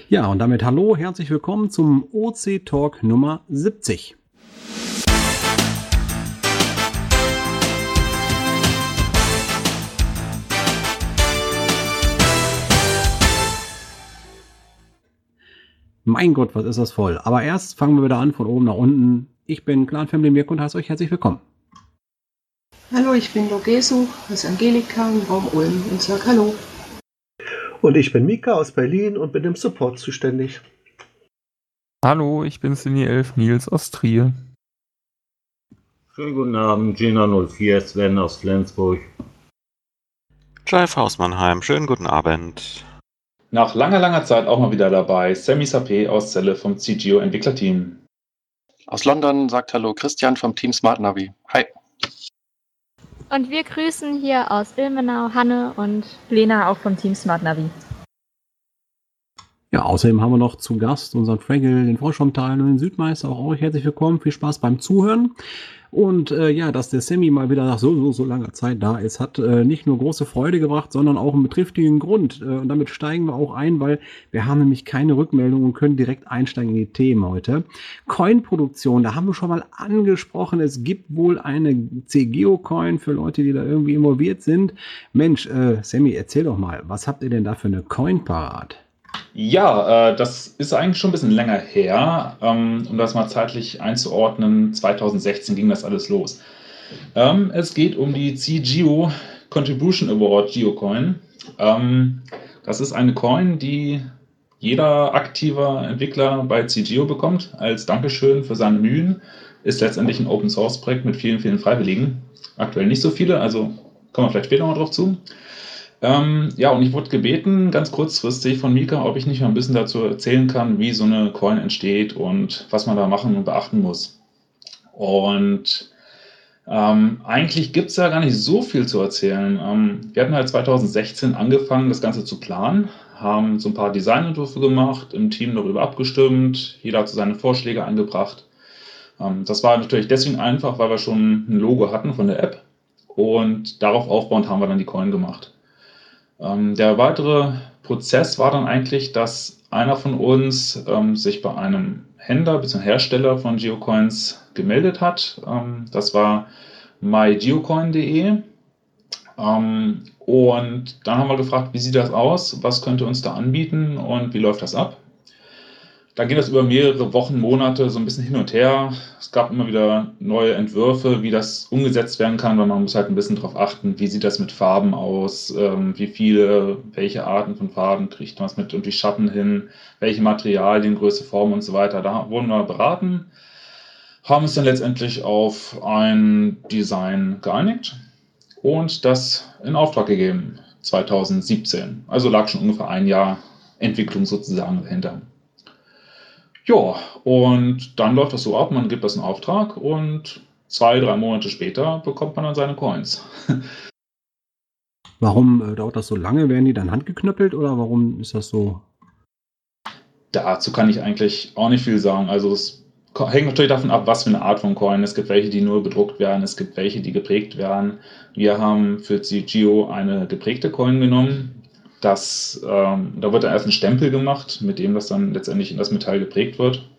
Ja, und damit hallo, herzlich willkommen zum OC Talk Nummer 70. Mein Gott, was ist das voll. Aber erst fangen wir wieder an von oben nach unten. Ich bin Clan Family Mirko und heiße euch herzlich willkommen. Hallo, ich bin Logesu aus Angelika im Raum Ulm und sag Hallo. Und ich bin Mika aus Berlin und bin im Support zuständig. Hallo, ich bin Cine11 Nils aus Trier. Schönen guten Abend, Gina04, Sven aus Flensburg. Jive aus Mannheim, schönen guten Abend. Nach langer Zeit auch mal wieder dabei, Sammy Sapé aus Celle vom CGO Entwicklerteam. Aus London sagt Hallo Christian vom Team Smart Navi. Hi. Und wir grüßen hier aus Ilmenau Hanne und Lena auch vom Team Smart Navi. Ja, außerdem haben wir noch zu Gast unseren Fraggle, den Froschraumteil und den Südmeister. Auch euch herzlich willkommen, viel Spaß beim Zuhören. Und ja, dass der Sammy mal wieder nach so langer Zeit da ist, hat nicht nur große Freude gebracht, sondern auch einen betriftigen Grund. Und damit steigen wir auch ein, weil wir haben nämlich keine Rückmeldung und können direkt einsteigen in die Themen heute. Coin-Produktion, da haben wir schon mal angesprochen, es gibt wohl eine CGO-Coin für Leute, die da irgendwie involviert sind. Mensch, Sammy, erzähl doch mal, was habt ihr denn da für eine Coin parat? Ja, das ist eigentlich schon ein bisschen länger her, um das mal zeitlich einzuordnen. 2016 ging das alles los. Es geht um die CGO Contribution Award Geocoin. Das ist eine Coin, die jeder aktive Entwickler bei CGO bekommt als Dankeschön für seine Mühen. Ist letztendlich ein Open Source Projekt mit vielen Freiwilligen. Aktuell nicht so viele, also kommen wir vielleicht später noch drauf zu. Ja, und ich wurde gebeten, ganz kurzfristig von Mika, ob ich nicht mal ein bisschen dazu erzählen kann, wie so eine Coin entsteht und was man da machen und beachten muss. Und eigentlich gibt es ja gar nicht so viel zu erzählen. Wir hatten halt 2016 angefangen, das Ganze zu planen, haben so ein paar Designentwürfe gemacht, im Team darüber abgestimmt, jeder hat so seine Vorschläge eingebracht. Das war natürlich deswegen einfach, weil wir schon ein Logo hatten von der App und darauf aufbauend haben wir dann die Coin gemacht. Der weitere Prozess war dann eigentlich, dass einer von uns sich bei einem Händler bzw. Hersteller von Geocoins gemeldet hat. Das war mygeocoin.de. Und dann haben wir gefragt, wie sieht das aus, was könnte uns da anbieten und wie läuft das ab? Da ging das über mehrere Wochen, Monate so ein bisschen hin und her. Es gab immer wieder neue Entwürfe, wie das umgesetzt werden kann, weil man muss halt ein bisschen darauf achten, wie sieht das mit Farben aus, wie viele, welche Arten von Farben kriegt man es mit und die Schatten hin, welche Materialien, Größe, Form und so weiter. Da wurden wir beraten, haben uns dann letztendlich auf ein Design geeinigt und das in Auftrag gegeben, 2017. Also lag schon ungefähr ein Jahr Entwicklung sozusagen dahinter. Ja, und dann läuft das so ab, man gibt das in Auftrag und 2-3 Monate später bekommt man dann seine Coins. Warum dauert das so lange? Werden die dann handgeknöppelt oder warum ist das so? Dazu kann ich eigentlich auch nicht viel sagen. Also es hängt natürlich davon ab, was für eine Art von Coin. Es gibt welche, die nur bedruckt werden, es gibt welche, die geprägt werden. Wir haben für CGO eine geprägte Coin genommen. Da wird dann erst ein Stempel gemacht, mit dem das dann letztendlich in das Metall geprägt wird.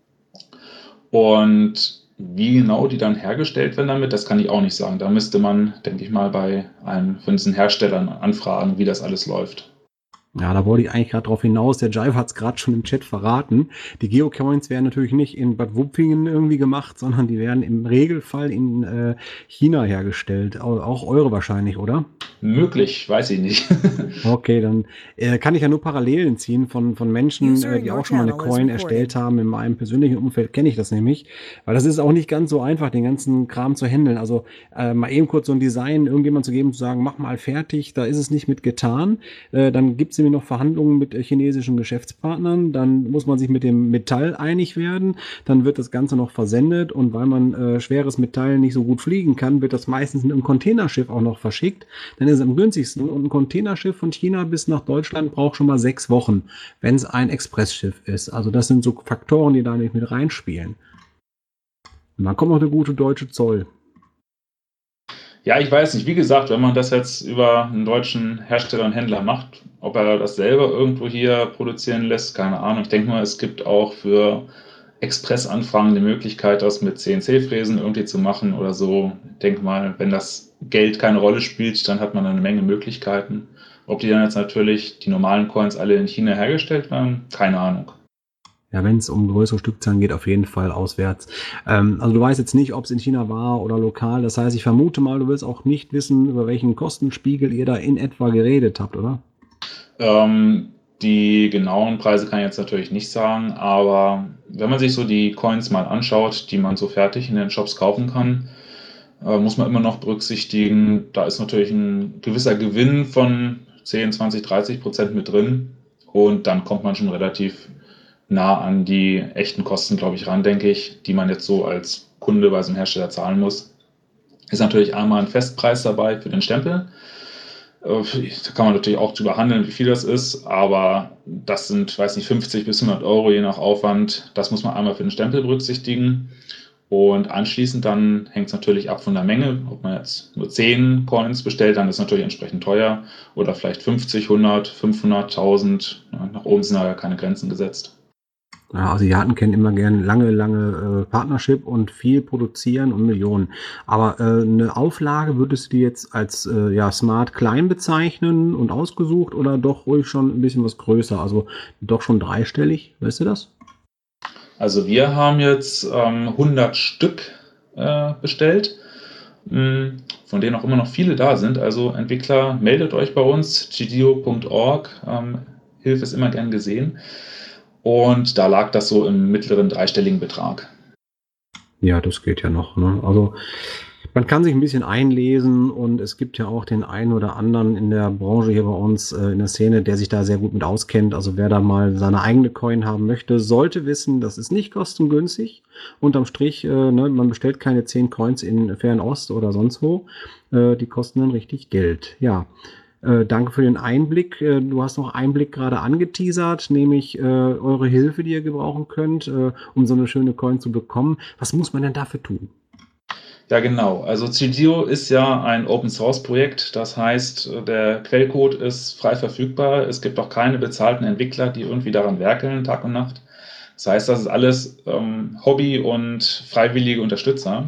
Und wie genau die dann hergestellt werden damit, das kann ich auch nicht sagen. Da müsste man, denke ich mal, bei einem von diesen Herstellern anfragen, wie das alles läuft. Ja, da wollte ich eigentlich gerade drauf hinaus. Der Jive hat es gerade schon im Chat verraten. Die Geocoins werden natürlich nicht in Bad Wupfingen irgendwie gemacht, sondern die werden im Regelfall in China hergestellt. Auch eure wahrscheinlich, oder? Möglich, weiß ich nicht. Okay, dann kann ich ja nur Parallelen ziehen von Menschen, die auch schon mal eine Coin erstellt haben. In meinem persönlichen Umfeld kenne ich das nämlich. Weil das ist auch nicht ganz so einfach, den ganzen Kram zu handeln. Also mal eben kurz so ein Design irgendjemand zu geben, zu sagen, mach mal fertig, da ist es nicht mit getan. Dann gibt es nämlich noch Verhandlungen mit chinesischen Geschäftspartnern. Dann muss man sich mit dem Metall einig werden. Dann wird das Ganze noch versendet. Und weil man schweres Metall nicht so gut fliegen kann, wird das meistens mit einem Containerschiff auch noch verschickt. Dann ist es am günstigsten. Und ein Containerschiff von China bis nach Deutschland braucht schon mal 6 Wochen, wenn es ein Expressschiff ist. Also das sind so Faktoren, die da nicht mit reinspielen. Und dann kommt noch der gute deutsche Zoll. Ja, ich weiß nicht. Wie gesagt, wenn man das jetzt über einen deutschen Hersteller und Händler macht, Ob er das selber irgendwo hier produzieren lässt, keine Ahnung. Ich denke mal, es gibt auch für Expressanfragen die Möglichkeit, das mit CNC-Fräsen irgendwie zu machen oder so. Ich denke mal, wenn das Geld keine Rolle spielt, dann hat man eine Menge Möglichkeiten. Ob die dann jetzt natürlich, die normalen Coins alle in China hergestellt werden, keine Ahnung. Ja, wenn es um größere Stückzahlen geht, auf jeden Fall auswärts. Also du weißt jetzt nicht, ob es in China war oder lokal. Das heißt, ich vermute mal, du willst auch nicht wissen, über welchen Kostenspiegel ihr da in etwa geredet habt, oder? Die genauen Preise kann ich jetzt natürlich nicht sagen, aber wenn man sich so die Coins mal anschaut, die man so fertig in den Shops kaufen kann, muss man immer noch berücksichtigen, da ist natürlich ein gewisser Gewinn von 10, 20, 30% mit drin und dann kommt man schon relativ nah an die echten Kosten, glaube ich, ran, denke ich, die man jetzt so als Kunde bei so einem Hersteller zahlen muss. Ist natürlich einmal ein Festpreis dabei für den Stempel. Da kann man natürlich auch drüber handeln, wie viel das ist, aber das sind, weiß nicht, 50 bis 100 Euro je nach Aufwand. Das muss man einmal für den Stempel berücksichtigen. Und anschließend dann hängt es natürlich ab von der Menge. Ob man jetzt nur 10 Coins bestellt, dann ist natürlich entsprechend teuer. Oder vielleicht 50, 100, 500, 1000. Nach oben sind da ja keine Grenzen gesetzt. Ja, Asiaten kennen immer gern lange Partnership und viel produzieren und Millionen. Aber eine Auflage würdest du die jetzt als smart klein bezeichnen und ausgesucht oder doch ruhig schon ein bisschen was größer? Also doch schon dreistellig, weißt du das? Also wir haben jetzt 100 Stück bestellt, von denen auch immer noch viele da sind. Also Entwickler, meldet euch bei uns, gdio.org, Hilfe ist immer gern gesehen. Und da lag das so im mittleren dreistelligen Betrag. Ja, das geht ja noch. Ne? Also man kann sich ein bisschen einlesen und es gibt ja auch den einen oder anderen in der Branche hier bei uns in der Szene, der sich da sehr gut mit auskennt. Also wer da mal seine eigene Coin haben möchte, sollte wissen, das ist nicht kostengünstig. Unterm Strich, man bestellt keine 10 Coins in Fernost oder sonst wo. Die kosten dann richtig Geld. Ja. Danke für den Einblick. Du hast noch Einblick gerade angeteasert, nämlich eure Hilfe, die ihr gebrauchen könnt, um so eine schöne Coin zu bekommen. Was muss man denn dafür tun? Ja, genau. Also CGO ist ja ein Open-Source-Projekt. Das heißt, der Quellcode ist frei verfügbar. Es gibt auch keine bezahlten Entwickler, die irgendwie daran werkeln, Tag und Nacht. Das heißt, das ist alles Hobby- und freiwillige Unterstützer.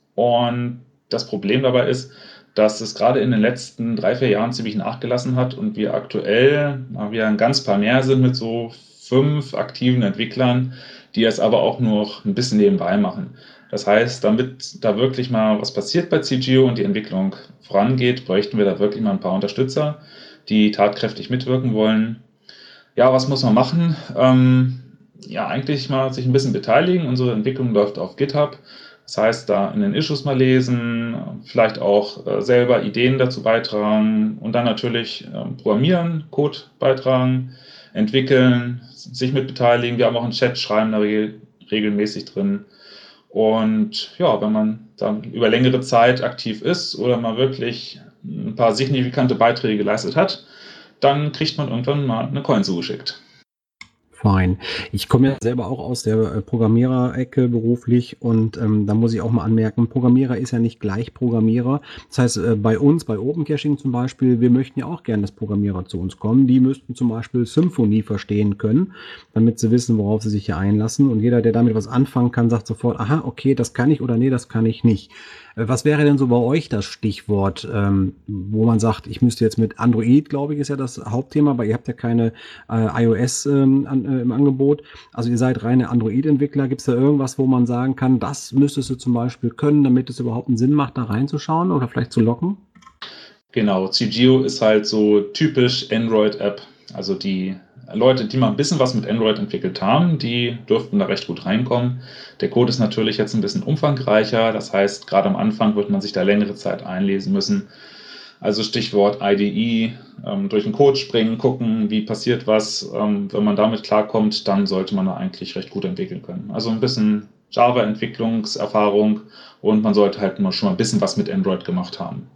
Und das Problem dabei ist, dass es gerade in den letzten 3-4 Jahren ziemlich nachgelassen hat und wir aktuell ein ganz paar mehr sind mit so 5 aktiven Entwicklern, die es aber auch nur ein bisschen nebenbei machen. Das heißt, damit da wirklich mal was passiert bei CGO und die Entwicklung vorangeht, bräuchten wir da wirklich mal ein paar Unterstützer, die tatkräftig mitwirken wollen. Ja, was muss man machen? Eigentlich mal sich ein bisschen beteiligen. Unsere Entwicklung läuft auf GitHub. Das heißt, da in den Issues mal lesen, vielleicht auch selber Ideen dazu beitragen und dann natürlich programmieren, Code beitragen, entwickeln, sich mit beteiligen. Wir haben auch einen Chat, schreiben da regelmäßig drin. Und ja, wenn man dann über längere Zeit aktiv ist oder mal wirklich ein paar signifikante Beiträge geleistet hat, dann kriegt man irgendwann mal eine Coin zugeschickt. Fein. Ich komme ja selber auch aus der Programmierer-Ecke beruflich und da muss ich auch mal anmerken, Programmierer ist ja nicht gleich Programmierer. Das heißt, bei uns, bei OpenCaching zum Beispiel, wir möchten ja auch gerne, dass Programmierer zu uns kommen. Die müssten zum Beispiel Symfony verstehen können, damit sie wissen, worauf sie sich hier einlassen. Und jeder, der damit was anfangen kann, sagt sofort, aha, okay, das kann ich oder nee, das kann ich nicht. Was wäre denn so bei euch das Stichwort, wo man sagt, ich müsste jetzt mit Android, glaube ich, ist ja das Hauptthema, aber ihr habt ja keine iOS im Angebot. Also ihr seid reine Android-Entwickler. Gibt es da irgendwas, wo man sagen kann, das müsstest du zum Beispiel können, damit es überhaupt einen Sinn macht, da reinzuschauen oder vielleicht zu locken? Genau, CGO ist halt so typisch Android-App. Also die Leute, die mal ein bisschen was mit Android entwickelt haben, die dürften da recht gut reinkommen. Der Code ist natürlich jetzt ein bisschen umfangreicher. Das heißt, gerade am Anfang wird man sich da längere Zeit einlesen müssen. Also Stichwort IDE, durch den Code springen, gucken, wie passiert was. Wenn man damit klarkommt, dann sollte man da eigentlich recht gut entwickeln können. Also ein bisschen Java-Entwicklungserfahrung und man sollte halt schon mal ein bisschen was mit Android gemacht haben.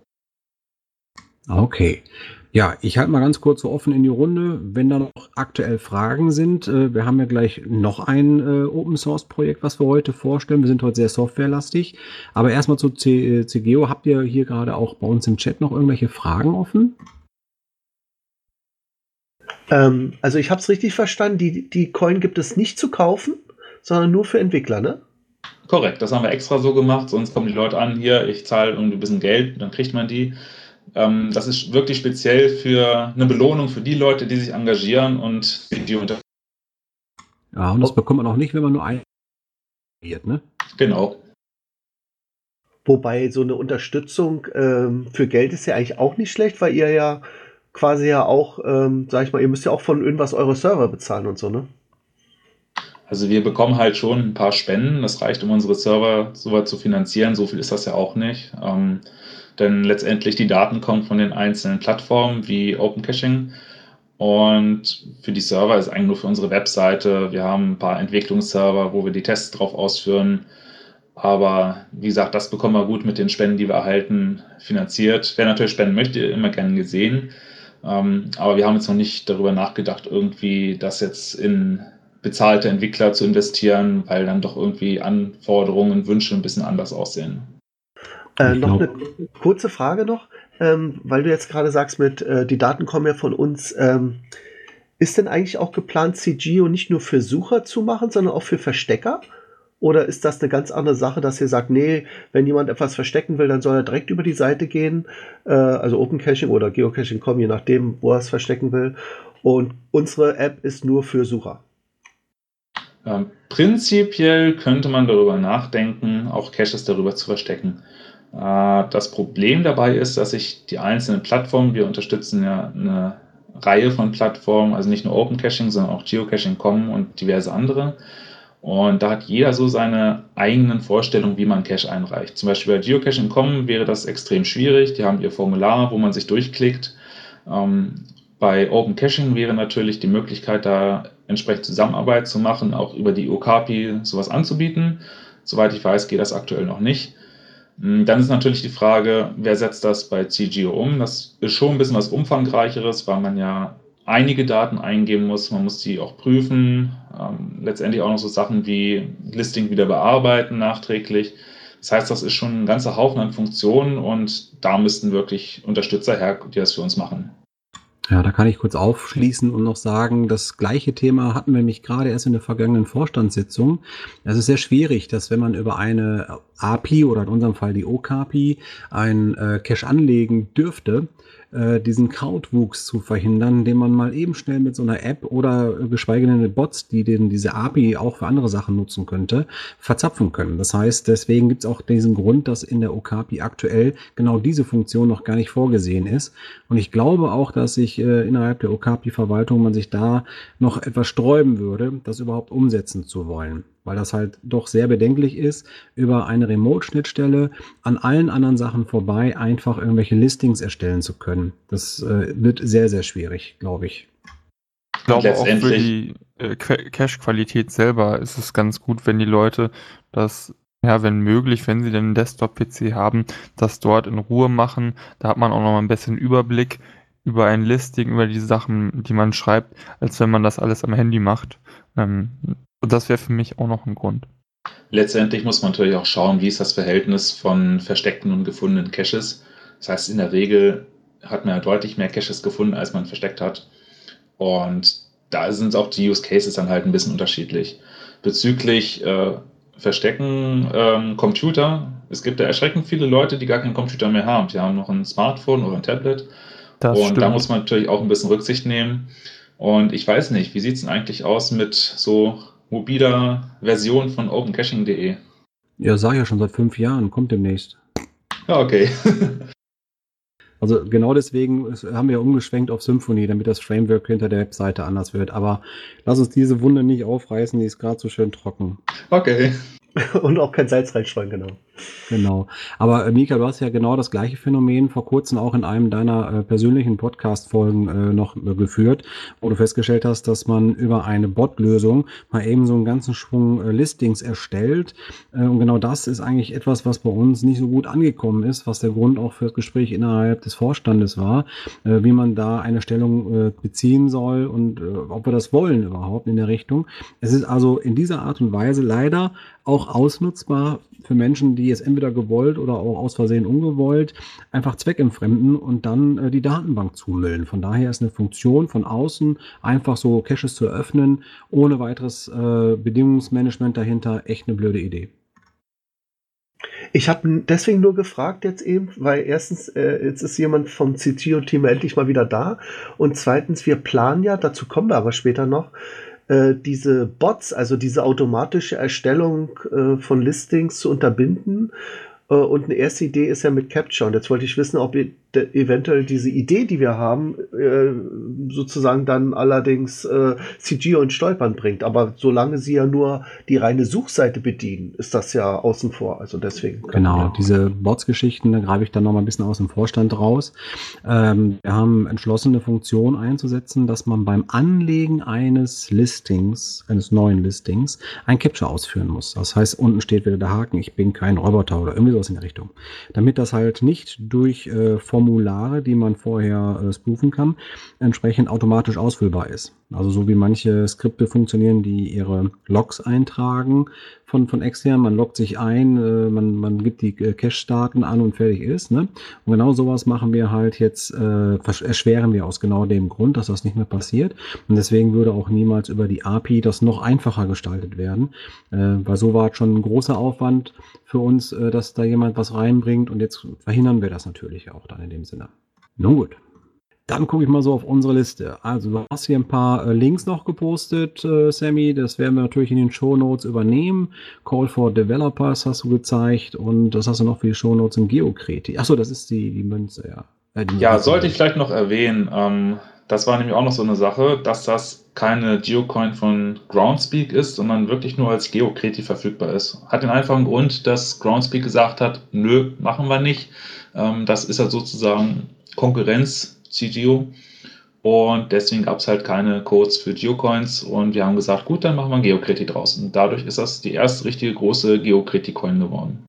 Okay. Ja, ich halte mal ganz kurz so offen in die Runde, wenn da noch aktuell Fragen sind. Wir haben ja gleich noch ein Open-Source-Projekt, was wir heute vorstellen. Wir sind heute sehr softwarelastig. Aber erstmal zu CGO. Habt ihr hier gerade auch bei uns im Chat noch irgendwelche Fragen offen? Also ich habe es richtig verstanden, die Coin gibt es nicht zu kaufen, sondern nur für Entwickler, ne? Korrekt, das haben wir extra so gemacht, sonst kommen die Leute an, hier, ich zahle irgendwie ein bisschen Geld, dann kriegt man die. Das ist wirklich speziell für eine Belohnung für die Leute, die sich engagieren und die unter. Ja, und das bekommt man auch nicht, wenn man nur wird, ne? Genau. Wobei so eine Unterstützung für Geld ist ja eigentlich auch nicht schlecht, weil ihr ja quasi ja auch, sag ich mal, ihr müsst ja auch von irgendwas eure Server bezahlen und so, ne? Also wir bekommen halt schon ein paar Spenden, das reicht, um unsere Server soweit zu finanzieren, so viel ist das ja auch nicht. Denn letztendlich die Daten kommen von den einzelnen Plattformen wie Open Caching und für die Server ist eigentlich nur für unsere Webseite. Wir haben ein paar Entwicklungsserver, wo wir die Tests drauf ausführen. Aber wie gesagt, das bekommen wir gut mit den Spenden, die wir erhalten, finanziert. Wer natürlich spenden möchte, immer gerne gesehen. Aber wir haben jetzt noch nicht darüber nachgedacht, irgendwie das jetzt in bezahlte Entwickler zu investieren, weil dann doch irgendwie Anforderungen und Wünsche ein bisschen anders aussehen. Noch eine kurze Frage noch, weil du jetzt gerade sagst, die Daten kommen ja von uns. Ist denn eigentlich auch geplant, CGO nicht nur für Sucher zu machen, sondern auch für Verstecker? Oder ist das eine ganz andere Sache, dass ihr sagt, nee, wenn jemand etwas verstecken will, dann soll er direkt über die Seite gehen, also Open Caching oder Geocaching.com, je nachdem, wo er es verstecken will. Und unsere App ist nur für Sucher. Prinzipiell könnte man darüber nachdenken, auch Caches darüber zu verstecken. Das Problem dabei ist, dass sich die einzelnen Plattformen, wir unterstützen ja eine Reihe von Plattformen, also nicht nur Open Caching, sondern auch Geocaching.com und diverse andere. Und da hat jeder so seine eigenen Vorstellungen, wie man Cache einreicht. Zum Beispiel bei Geocaching.com wäre das extrem schwierig. Die haben ihr Formular, wo man sich durchklickt. Bei Open Caching wäre natürlich die Möglichkeit, da entsprechend Zusammenarbeit zu machen, auch über die Okapi sowas anzubieten. Soweit ich weiß, geht das aktuell noch nicht. Dann ist natürlich die Frage, wer setzt das bei CGO um? Das ist schon ein bisschen was Umfangreicheres, weil man ja einige Daten eingeben muss. Man muss die auch prüfen. Letztendlich auch noch so Sachen wie Listing wieder bearbeiten nachträglich. Das heißt, das ist schon ein ganzer Haufen an Funktionen und da müssten wirklich Unterstützer her, die das für uns machen. Ja, da kann ich kurz aufschließen und noch sagen, das gleiche Thema hatten wir nämlich gerade erst in der vergangenen Vorstandssitzung. Es ist sehr schwierig, dass wenn man über eine API oder in unserem Fall die Okapi ein Cache anlegen dürfte, diesen Krautwuchs zu verhindern, indem man mal eben schnell mit so einer App oder geschweige denn mit Bots, die diese API auch für andere Sachen nutzen könnte, verzapfen können. Das heißt, deswegen gibt es auch diesen Grund, dass in der Okapi aktuell genau diese Funktion noch gar nicht vorgesehen ist. Und ich glaube auch, dass sich innerhalb der Okapi-Verwaltung man sich da noch etwas sträuben würde, das überhaupt umsetzen zu wollen. Weil das halt doch sehr bedenklich ist, über eine Remote-Schnittstelle an allen anderen Sachen vorbei einfach irgendwelche Listings erstellen zu können. Das wird sehr, sehr schwierig, glaube ich. Ich glaube auch für die Cache-Qualität selber ist es ganz gut, wenn die Leute das, ja, wenn möglich, wenn sie denn einen Desktop-PC haben, das dort in Ruhe machen. Da hat man auch noch mal ein bisschen Überblick über ein Listing, über die Sachen, die man schreibt, als wenn man das alles am Handy macht. Das wäre für mich auch noch ein Grund. Letztendlich muss man natürlich auch schauen, wie ist das Verhältnis von versteckten und gefundenen Caches. Das heißt, in der Regel hat man ja deutlich mehr Caches gefunden, als man versteckt hat. Und da sind auch die Use Cases dann halt ein bisschen unterschiedlich. Bezüglich Verstecken Computer. Es gibt ja erschreckend viele Leute, die gar keinen Computer mehr haben. Die haben noch ein Smartphone oder ein Tablet. Das und stimmt. Da muss man natürlich auch ein bisschen Rücksicht nehmen. Und ich weiß nicht, wie sieht es denn eigentlich aus mit so mobiler Version von opencaching.de? Ja, sag ich ja schon seit 5 Jahren, kommt demnächst. Ja, okay. Also genau deswegen haben wir umgeschwenkt auf Symfony, damit das Framework hinter der Webseite anders wird. Aber lass uns diese Wunde nicht aufreißen, die ist gerade so schön trocken. Okay. Und auch kein Salz reinstreuen, genau. Genau. Aber Mika, du hast ja genau das gleiche Phänomen vor kurzem auch in einem deiner persönlichen Podcast-Folgen noch geführt, wo du festgestellt hast, dass man über eine Bot-Lösung mal eben so einen ganzen Schwung Listings erstellt. Und genau das ist eigentlich etwas, was bei uns nicht so gut angekommen ist, was der Grund auch für das Gespräch innerhalb des Vorstandes war, wie man da eine Stellung beziehen soll und ob wir das wollen überhaupt in der Richtung. Es ist also in dieser Art und Weise leider auch ausnutzbar für Menschen, die die es entweder gewollt oder auch aus Versehen ungewollt einfach zweckentfremden und dann die Datenbank zumüllen. Von daher ist eine Funktion von außen, einfach so Caches zu öffnen, ohne weiteres Bedingungsmanagement dahinter, echt eine blöde Idee. Ich habe deswegen nur gefragt jetzt eben, weil erstens, jetzt ist jemand vom CGO-Team endlich mal wieder da und zweitens, wir planen ja, dazu kommen wir aber später noch, diese Bots, also diese automatische Erstellung von Listings zu unterbinden. Und eine erste Idee ist ja mit Capture. Und jetzt wollte ich wissen, ob eventuell diese Idee, die wir haben, sozusagen dann allerdings CGO ins Stolpern bringt. Aber solange sie ja nur die reine Suchseite bedienen, ist das ja außen vor. Also deswegen. Genau, diese Bots-Geschichten, da greife ich dann noch mal ein bisschen aus dem Vorstand raus. Wir haben entschlossen, eine Funktion einzusetzen, dass man beim Anlegen eines Listings, eines neuen Listings, ein Capture ausführen muss. Das heißt, unten steht wieder der Haken, ich bin kein Roboter oder irgendwie sowas in der Richtung. Damit das halt nicht durch Formulare, die man vorher spoofen kann, entsprechend automatisch ausfüllbar ist. Also so wie manche Skripte funktionieren, die ihre Logs eintragen von extern. Man loggt sich ein, man gibt die Cache-Daten an und fertig ist. Ne? Und genau sowas machen wir halt jetzt, erschweren wir aus genau dem Grund, dass das nicht mehr passiert. Und deswegen würde auch niemals über die API das noch einfacher gestaltet werden. Weil so war es schon ein großer Aufwand für uns, dass da jemand was reinbringt. Und jetzt verhindern wir das natürlich auch dann in dem Sinne. Nun gut. Dann gucke ich mal so auf unsere Liste. Also du hast hier ein paar Links noch gepostet, Sammy. Das werden wir natürlich in den Shownotes übernehmen. Call for Developers hast du gezeigt. Und das hast du noch für die Shownotes in Geocreti. Achso, das ist die Münze, ja. Ja, sollte ich vielleicht noch erwähnen. Das war nämlich auch noch so eine Sache, dass das keine Geocoin von Groundspeak ist, sondern wirklich nur als Geocreti verfügbar ist. Hat den einfachen Grund, dass Groundspeak gesagt hat, nö, machen wir nicht. Das ist halt sozusagen Konkurrenz CGO und deswegen gab es halt keine Codes für Geocoins und wir haben gesagt, gut, dann machen wir Geocreti draus und dadurch ist das die erste richtige große Geocreti-Coin geworden.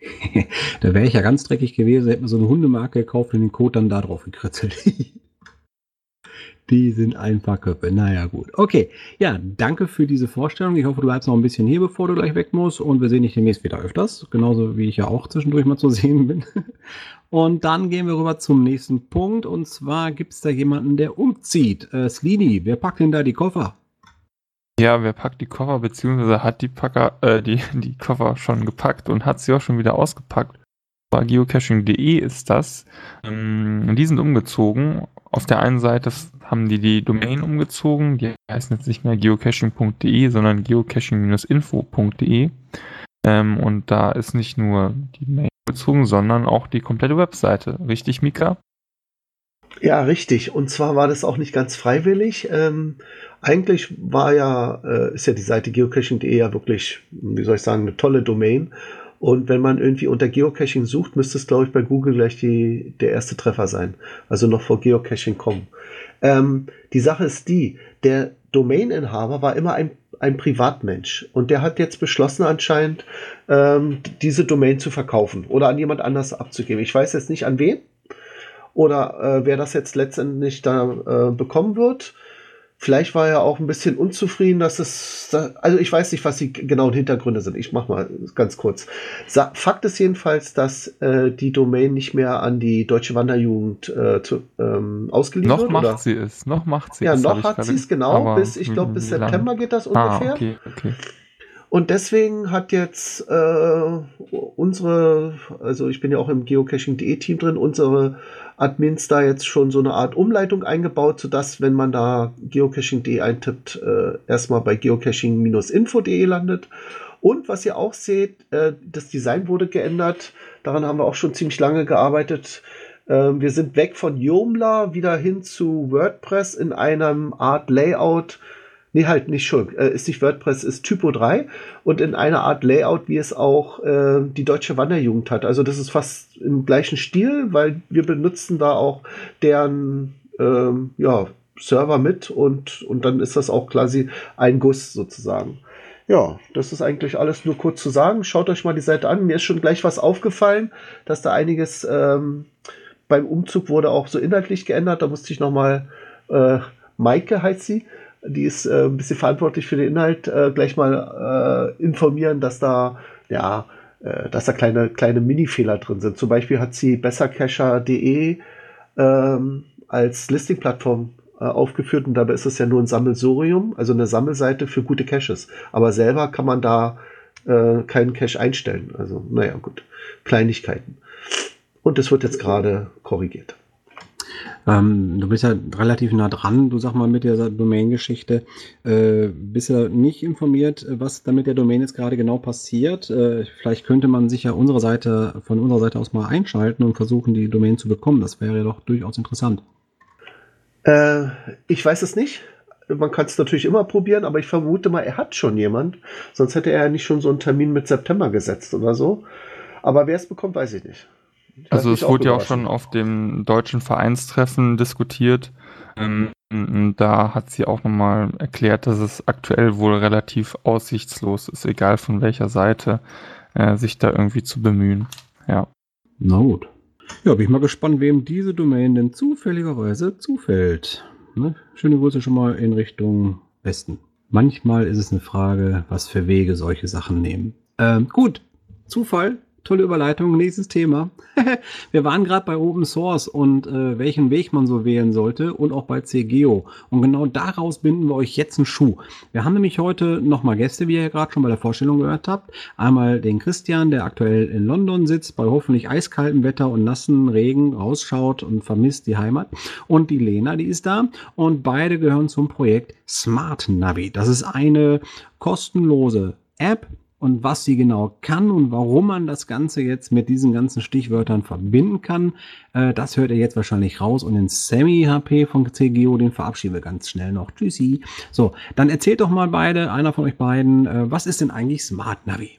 Da wäre ich ja ganz dreckig gewesen, hätte mir so eine Hundemarke gekauft und den Code dann da drauf gekritzelt. Die sind einfach Köpfe. Naja, gut. Okay. Ja, danke für diese Vorstellung. Ich hoffe, du bleibst noch ein bisschen hier, bevor du gleich weg musst. Und wir sehen dich demnächst wieder öfters. Genauso wie ich ja auch zwischendurch mal zu sehen bin. Und dann gehen wir rüber zum nächsten Punkt. Und zwar gibt es da jemanden, der umzieht. Slini, wer packt denn da die Koffer? Ja, wer packt die Koffer, beziehungsweise hat die Koffer schon gepackt und hat sie auch schon wieder ausgepackt. Bei geocaching.de ist das. Die sind umgezogen. Auf der einen Seite haben die Domain umgezogen. Die heißt jetzt nicht mehr geocaching.de, sondern geocaching-info.de. Und da ist nicht nur die Domain umgezogen, sondern auch die komplette Webseite. Richtig, Mika? Ja, richtig. Und zwar war das auch nicht ganz freiwillig. Eigentlich ist ja die Seite geocaching.de ja wirklich, wie soll ich sagen, eine tolle Domain. Und wenn man irgendwie unter Geocaching sucht, müsste es, glaube ich, bei Google gleich der erste Treffer sein. Also noch vor Geocaching.com. Die Sache ist der Domaininhaber war immer ein Privatmensch. Und der hat jetzt beschlossen anscheinend, diese Domain zu verkaufen oder an jemand anders abzugeben. Ich weiß jetzt nicht an wen oder wer das jetzt letztendlich da bekommen wird. Vielleicht war er auch ein bisschen unzufrieden, also ich weiß nicht, was die genauen Hintergründe sind. Ich mache mal ganz kurz. Fakt ist jedenfalls, dass die Domain nicht mehr an die Deutsche Wanderjugend ausgeliehen wird. Noch macht sie es. Ja, noch hat sie es, genau. Bis September geht das ungefähr. Okay. Und deswegen hat jetzt ich bin ja auch im Geocaching.de Team drin, unsere Admins da jetzt schon so eine Art Umleitung eingebaut, sodass, wenn man da geocaching.de eintippt, erstmal bei geocaching-info.de landet. Und was ihr auch seht, das Design wurde geändert. Daran haben wir auch schon ziemlich lange gearbeitet. Wir sind weg von Joomla wieder hin zu WordPress in einem Art Layout. Nee, halt nicht, Entschuldigung, ist nicht WordPress, ist Typo 3 und in einer Art Layout, wie es auch die Deutsche Wanderjugend hat. Also das ist fast im gleichen Stil, weil wir benutzen da auch deren Server mit und dann ist das auch quasi ein Guss sozusagen. Ja, das ist eigentlich alles nur kurz zu sagen. Schaut euch mal die Seite an. Mir ist schon gleich was aufgefallen, dass da einiges beim Umzug wurde auch so inhaltlich geändert. Da musste ich nochmal, Maike heißt sie, die ist ein bisschen verantwortlich für den Inhalt, gleich mal informieren, dass da dass da kleine Mini-Fehler drin sind. Zum Beispiel hat sie bessercacher.de als Listing-Plattform aufgeführt und dabei ist es ja nur ein Sammelsurium, also eine Sammelseite für gute Caches. Aber selber kann man da keinen Cache einstellen. Also, naja, gut. Kleinigkeiten. Und das wird jetzt gerade korrigiert. Du bist ja relativ nah dran, du sag mal mit der Domain-Geschichte. Bist ja nicht informiert, was da mit der Domain jetzt gerade genau passiert. Vielleicht könnte man sich ja von unserer Seite aus mal einschalten und versuchen, die Domain zu bekommen. Das wäre ja doch durchaus interessant. Ich weiß es nicht. Man kann es natürlich immer probieren, aber ich vermute mal, er hat schon jemand. Sonst hätte er ja nicht schon so einen Termin mit September gesetzt oder so. Aber wer es bekommt, weiß ich nicht. Also es wurde ja auch schon auf dem deutschen Vereinstreffen diskutiert. Da hat sie auch nochmal erklärt, dass es aktuell wohl relativ aussichtslos ist, egal von welcher Seite, sich da irgendwie zu bemühen. Ja. Na gut. Ja, bin ich mal gespannt, wem diese Domain denn zufälligerweise zufällt. Ne? Schöne Grüße schon mal in Richtung Westen. Manchmal ist es eine Frage, was für Wege solche Sachen nehmen. Gut, Zufall. Tolle Überleitung, nächstes Thema. Wir waren gerade bei Open Source und welchen Weg man so wählen sollte und auch bei CGO. Und genau daraus binden wir euch jetzt einen Schuh. Wir haben nämlich heute nochmal Gäste, wie ihr ja gerade schon bei der Vorstellung gehört habt. Einmal den Christian, der aktuell in London sitzt, bei hoffentlich eiskaltem Wetter und nassen Regen rausschaut und vermisst die Heimat. Und die Lena, die ist da. Und beide gehören zum Projekt Smart Navi. Das ist eine kostenlose App. Und was sie genau kann und warum man das Ganze jetzt mit diesen ganzen Stichwörtern verbinden kann, das hört ihr jetzt wahrscheinlich raus. Und den Sammy HP von CGO, den verabschieden wir ganz schnell noch. Tschüssi. So, dann erzählt doch mal einer von euch beiden, was ist denn eigentlich Smart Navi?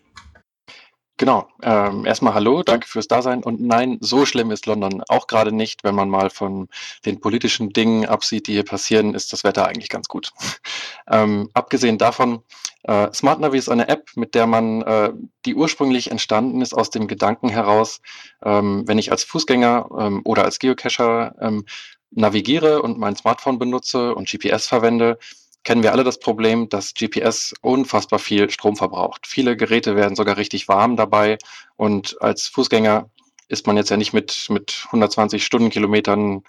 Genau, erstmal hallo, danke fürs Dasein und nein, so schlimm ist London auch gerade nicht, wenn man mal von den politischen Dingen absieht, die hier passieren, ist das Wetter eigentlich ganz gut. Abgesehen davon, Smart Navi ist eine App, mit der man, die ursprünglich entstanden ist aus dem Gedanken heraus, wenn ich als Fußgänger oder als Geocacher navigiere und mein Smartphone benutze und GPS verwende, kennen wir alle das Problem, dass GPS unfassbar viel Strom verbraucht. Viele Geräte werden sogar richtig warm dabei und als Fußgänger ist man jetzt ja nicht mit 120 Stundenkilometern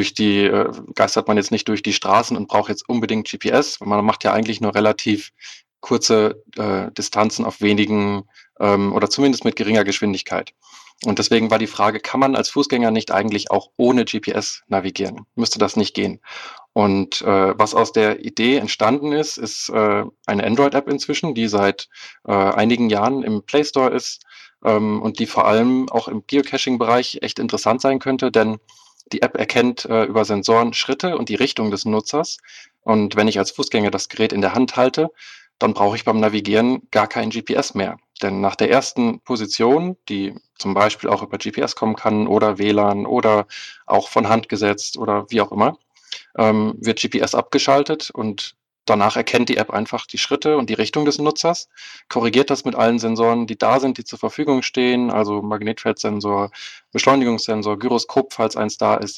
geistert man jetzt nicht durch die Straßen und braucht jetzt unbedingt GPS. Man macht ja eigentlich nur relativ kurze Distanzen auf wenigen oder zumindest mit geringer Geschwindigkeit. Und deswegen war die Frage, kann man als Fußgänger nicht eigentlich auch ohne GPS navigieren? Müsste das nicht gehen? Und was aus der Idee entstanden ist, ist eine Android-App inzwischen, die seit einigen Jahren im Play Store ist und die vor allem auch im Geocaching-Bereich echt interessant sein könnte, denn die App erkennt über Sensoren Schritte und die Richtung des Nutzers. Und wenn ich als Fußgänger das Gerät in der Hand halte, dann brauche ich beim Navigieren gar kein GPS mehr. Denn nach der ersten Position, die zum Beispiel auch über GPS kommen kann oder WLAN oder auch von Hand gesetzt oder wie auch immer, wird GPS abgeschaltet und danach erkennt die App einfach die Schritte und die Richtung des Nutzers, korrigiert das mit allen Sensoren, die da sind, die zur Verfügung stehen, also Magnetfeldsensor, Beschleunigungssensor, Gyroskop, falls eins da ist.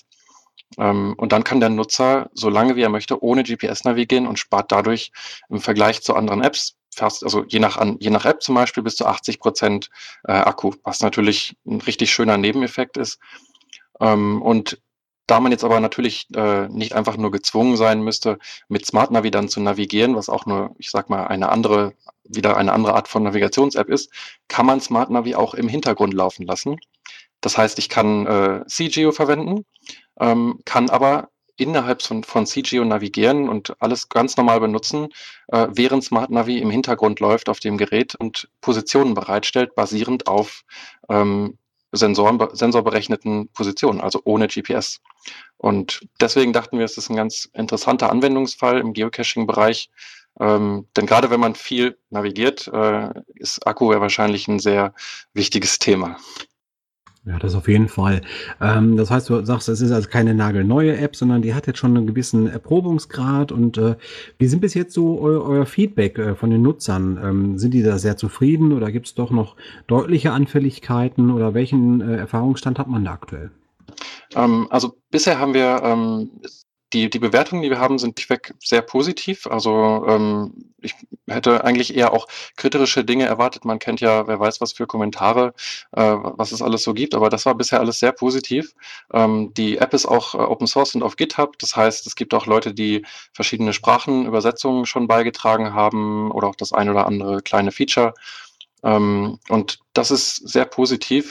Und dann kann der Nutzer, so lange wie er möchte, ohne GPS navigieren und spart dadurch im Vergleich zu anderen Apps fast, also je nach App zum Beispiel bis zu 80% Akku, was natürlich ein richtig schöner Nebeneffekt ist. Und da man jetzt aber natürlich nicht einfach nur gezwungen sein müsste, mit Smart Navi dann zu navigieren, was auch nur, ich sag mal, eine andere Art von Navigations-App ist, kann man Smart Navi auch im Hintergrund laufen lassen. Das heißt, ich kann CGO verwenden, kann aber innerhalb von CGO navigieren und alles ganz normal benutzen, während Smart Navi im Hintergrund läuft auf dem Gerät und Positionen bereitstellt, basierend auf sensorberechneten Positionen, also ohne GPS. Und deswegen dachten wir, es ist ein ganz interessanter Anwendungsfall im Geocaching-Bereich, denn gerade wenn man viel navigiert, ist Akku ja wahrscheinlich ein sehr wichtiges Thema. Ja, das auf jeden Fall. Das heißt, du sagst, es ist also keine nagelneue App, sondern die hat jetzt schon einen gewissen Erprobungsgrad. Und wie sind bis jetzt so euer Feedback von den Nutzern? Sind die da sehr zufrieden oder gibt es doch noch deutliche Anfälligkeiten oder welchen Erfahrungsstand hat man da aktuell? Also bisher haben wir die Bewertungen, die wir haben, sind durchweg sehr positiv. Also ich hätte eigentlich eher auch kritische Dinge erwartet. Man kennt ja, wer weiß was für Kommentare, was es alles so gibt, aber das war bisher alles sehr positiv. Die App ist auch Open Source und auf GitHub. Das heißt, es gibt auch Leute, die verschiedene Übersetzungen schon beigetragen haben oder auch das ein oder andere kleine Feature. Und das ist sehr positiv.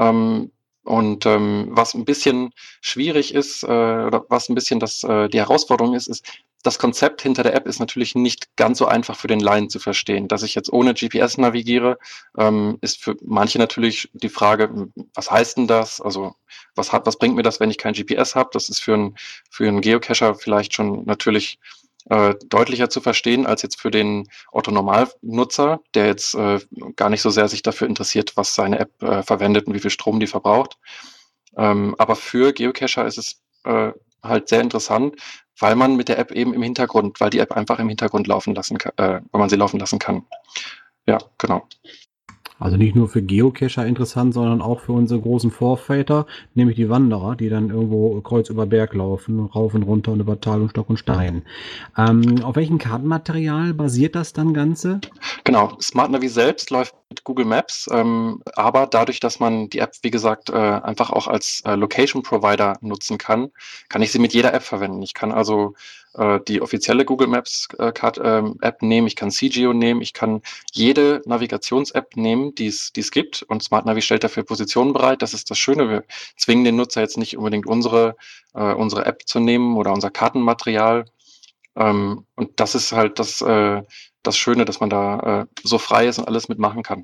Was ein bisschen schwierig ist, oder was ein bisschen die Herausforderung ist, das Konzept hinter der App ist natürlich nicht ganz so einfach für den Laien zu verstehen. Dass ich jetzt ohne GPS navigiere, ist für manche natürlich die Frage, was heißt denn das? Also was bringt mir das, wenn ich kein GPS habe? Das ist für einen Geocacher vielleicht schon natürlich deutlicher zu verstehen als jetzt für den Otto-Normalnutzer, der jetzt gar nicht so sehr sich dafür interessiert, was seine App verwendet und wie viel Strom die verbraucht. Aber für Geocacher ist es halt sehr interessant, weil man mit der App eben weil die App einfach im Hintergrund laufen lassen kann, weil man sie laufen lassen kann. Ja, genau. Also nicht nur für Geocacher interessant, sondern auch für unsere großen Vorväter, nämlich die Wanderer, die dann irgendwo kreuz über Berg laufen, rauf und runter und über Tal und Stock und Stein. Auf welchem Kartenmaterial basiert das dann Ganze? Genau, Smart Navi selbst läuft mit Google Maps, aber dadurch, dass man die App, wie gesagt, einfach auch als Location Provider nutzen kann, kann ich sie mit jeder App verwenden. Ich kann also die offizielle Google Maps App nehmen, ich kann CGeo nehmen, ich kann jede Navigations-App nehmen, die es gibt, und Smart Navi stellt dafür Positionen bereit. Das ist das Schöne. Wir zwingen den Nutzer jetzt nicht unbedingt unsere App zu nehmen oder unser Kartenmaterial. Und das ist halt das Schöne, dass man da so frei ist und alles mitmachen kann.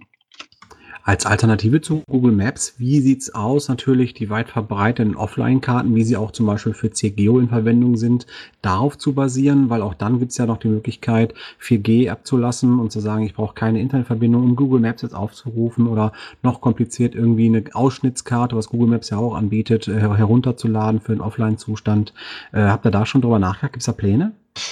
Als Alternative zu Google Maps, wie sieht's aus? Natürlich die weit verbreiteten Offline-Karten, wie sie auch zum Beispiel für CGeo in Verwendung sind, darauf zu basieren, weil auch dann gibt's ja noch die Möglichkeit, 4G abzulassen und zu sagen, ich brauche keine Internetverbindung, um Google Maps jetzt aufzurufen oder noch kompliziert irgendwie eine Ausschnittskarte, was Google Maps ja auch anbietet, herunterzuladen für einen Offline-Zustand. Habt ihr da schon drüber nachgedacht? Gibt's da Pläne?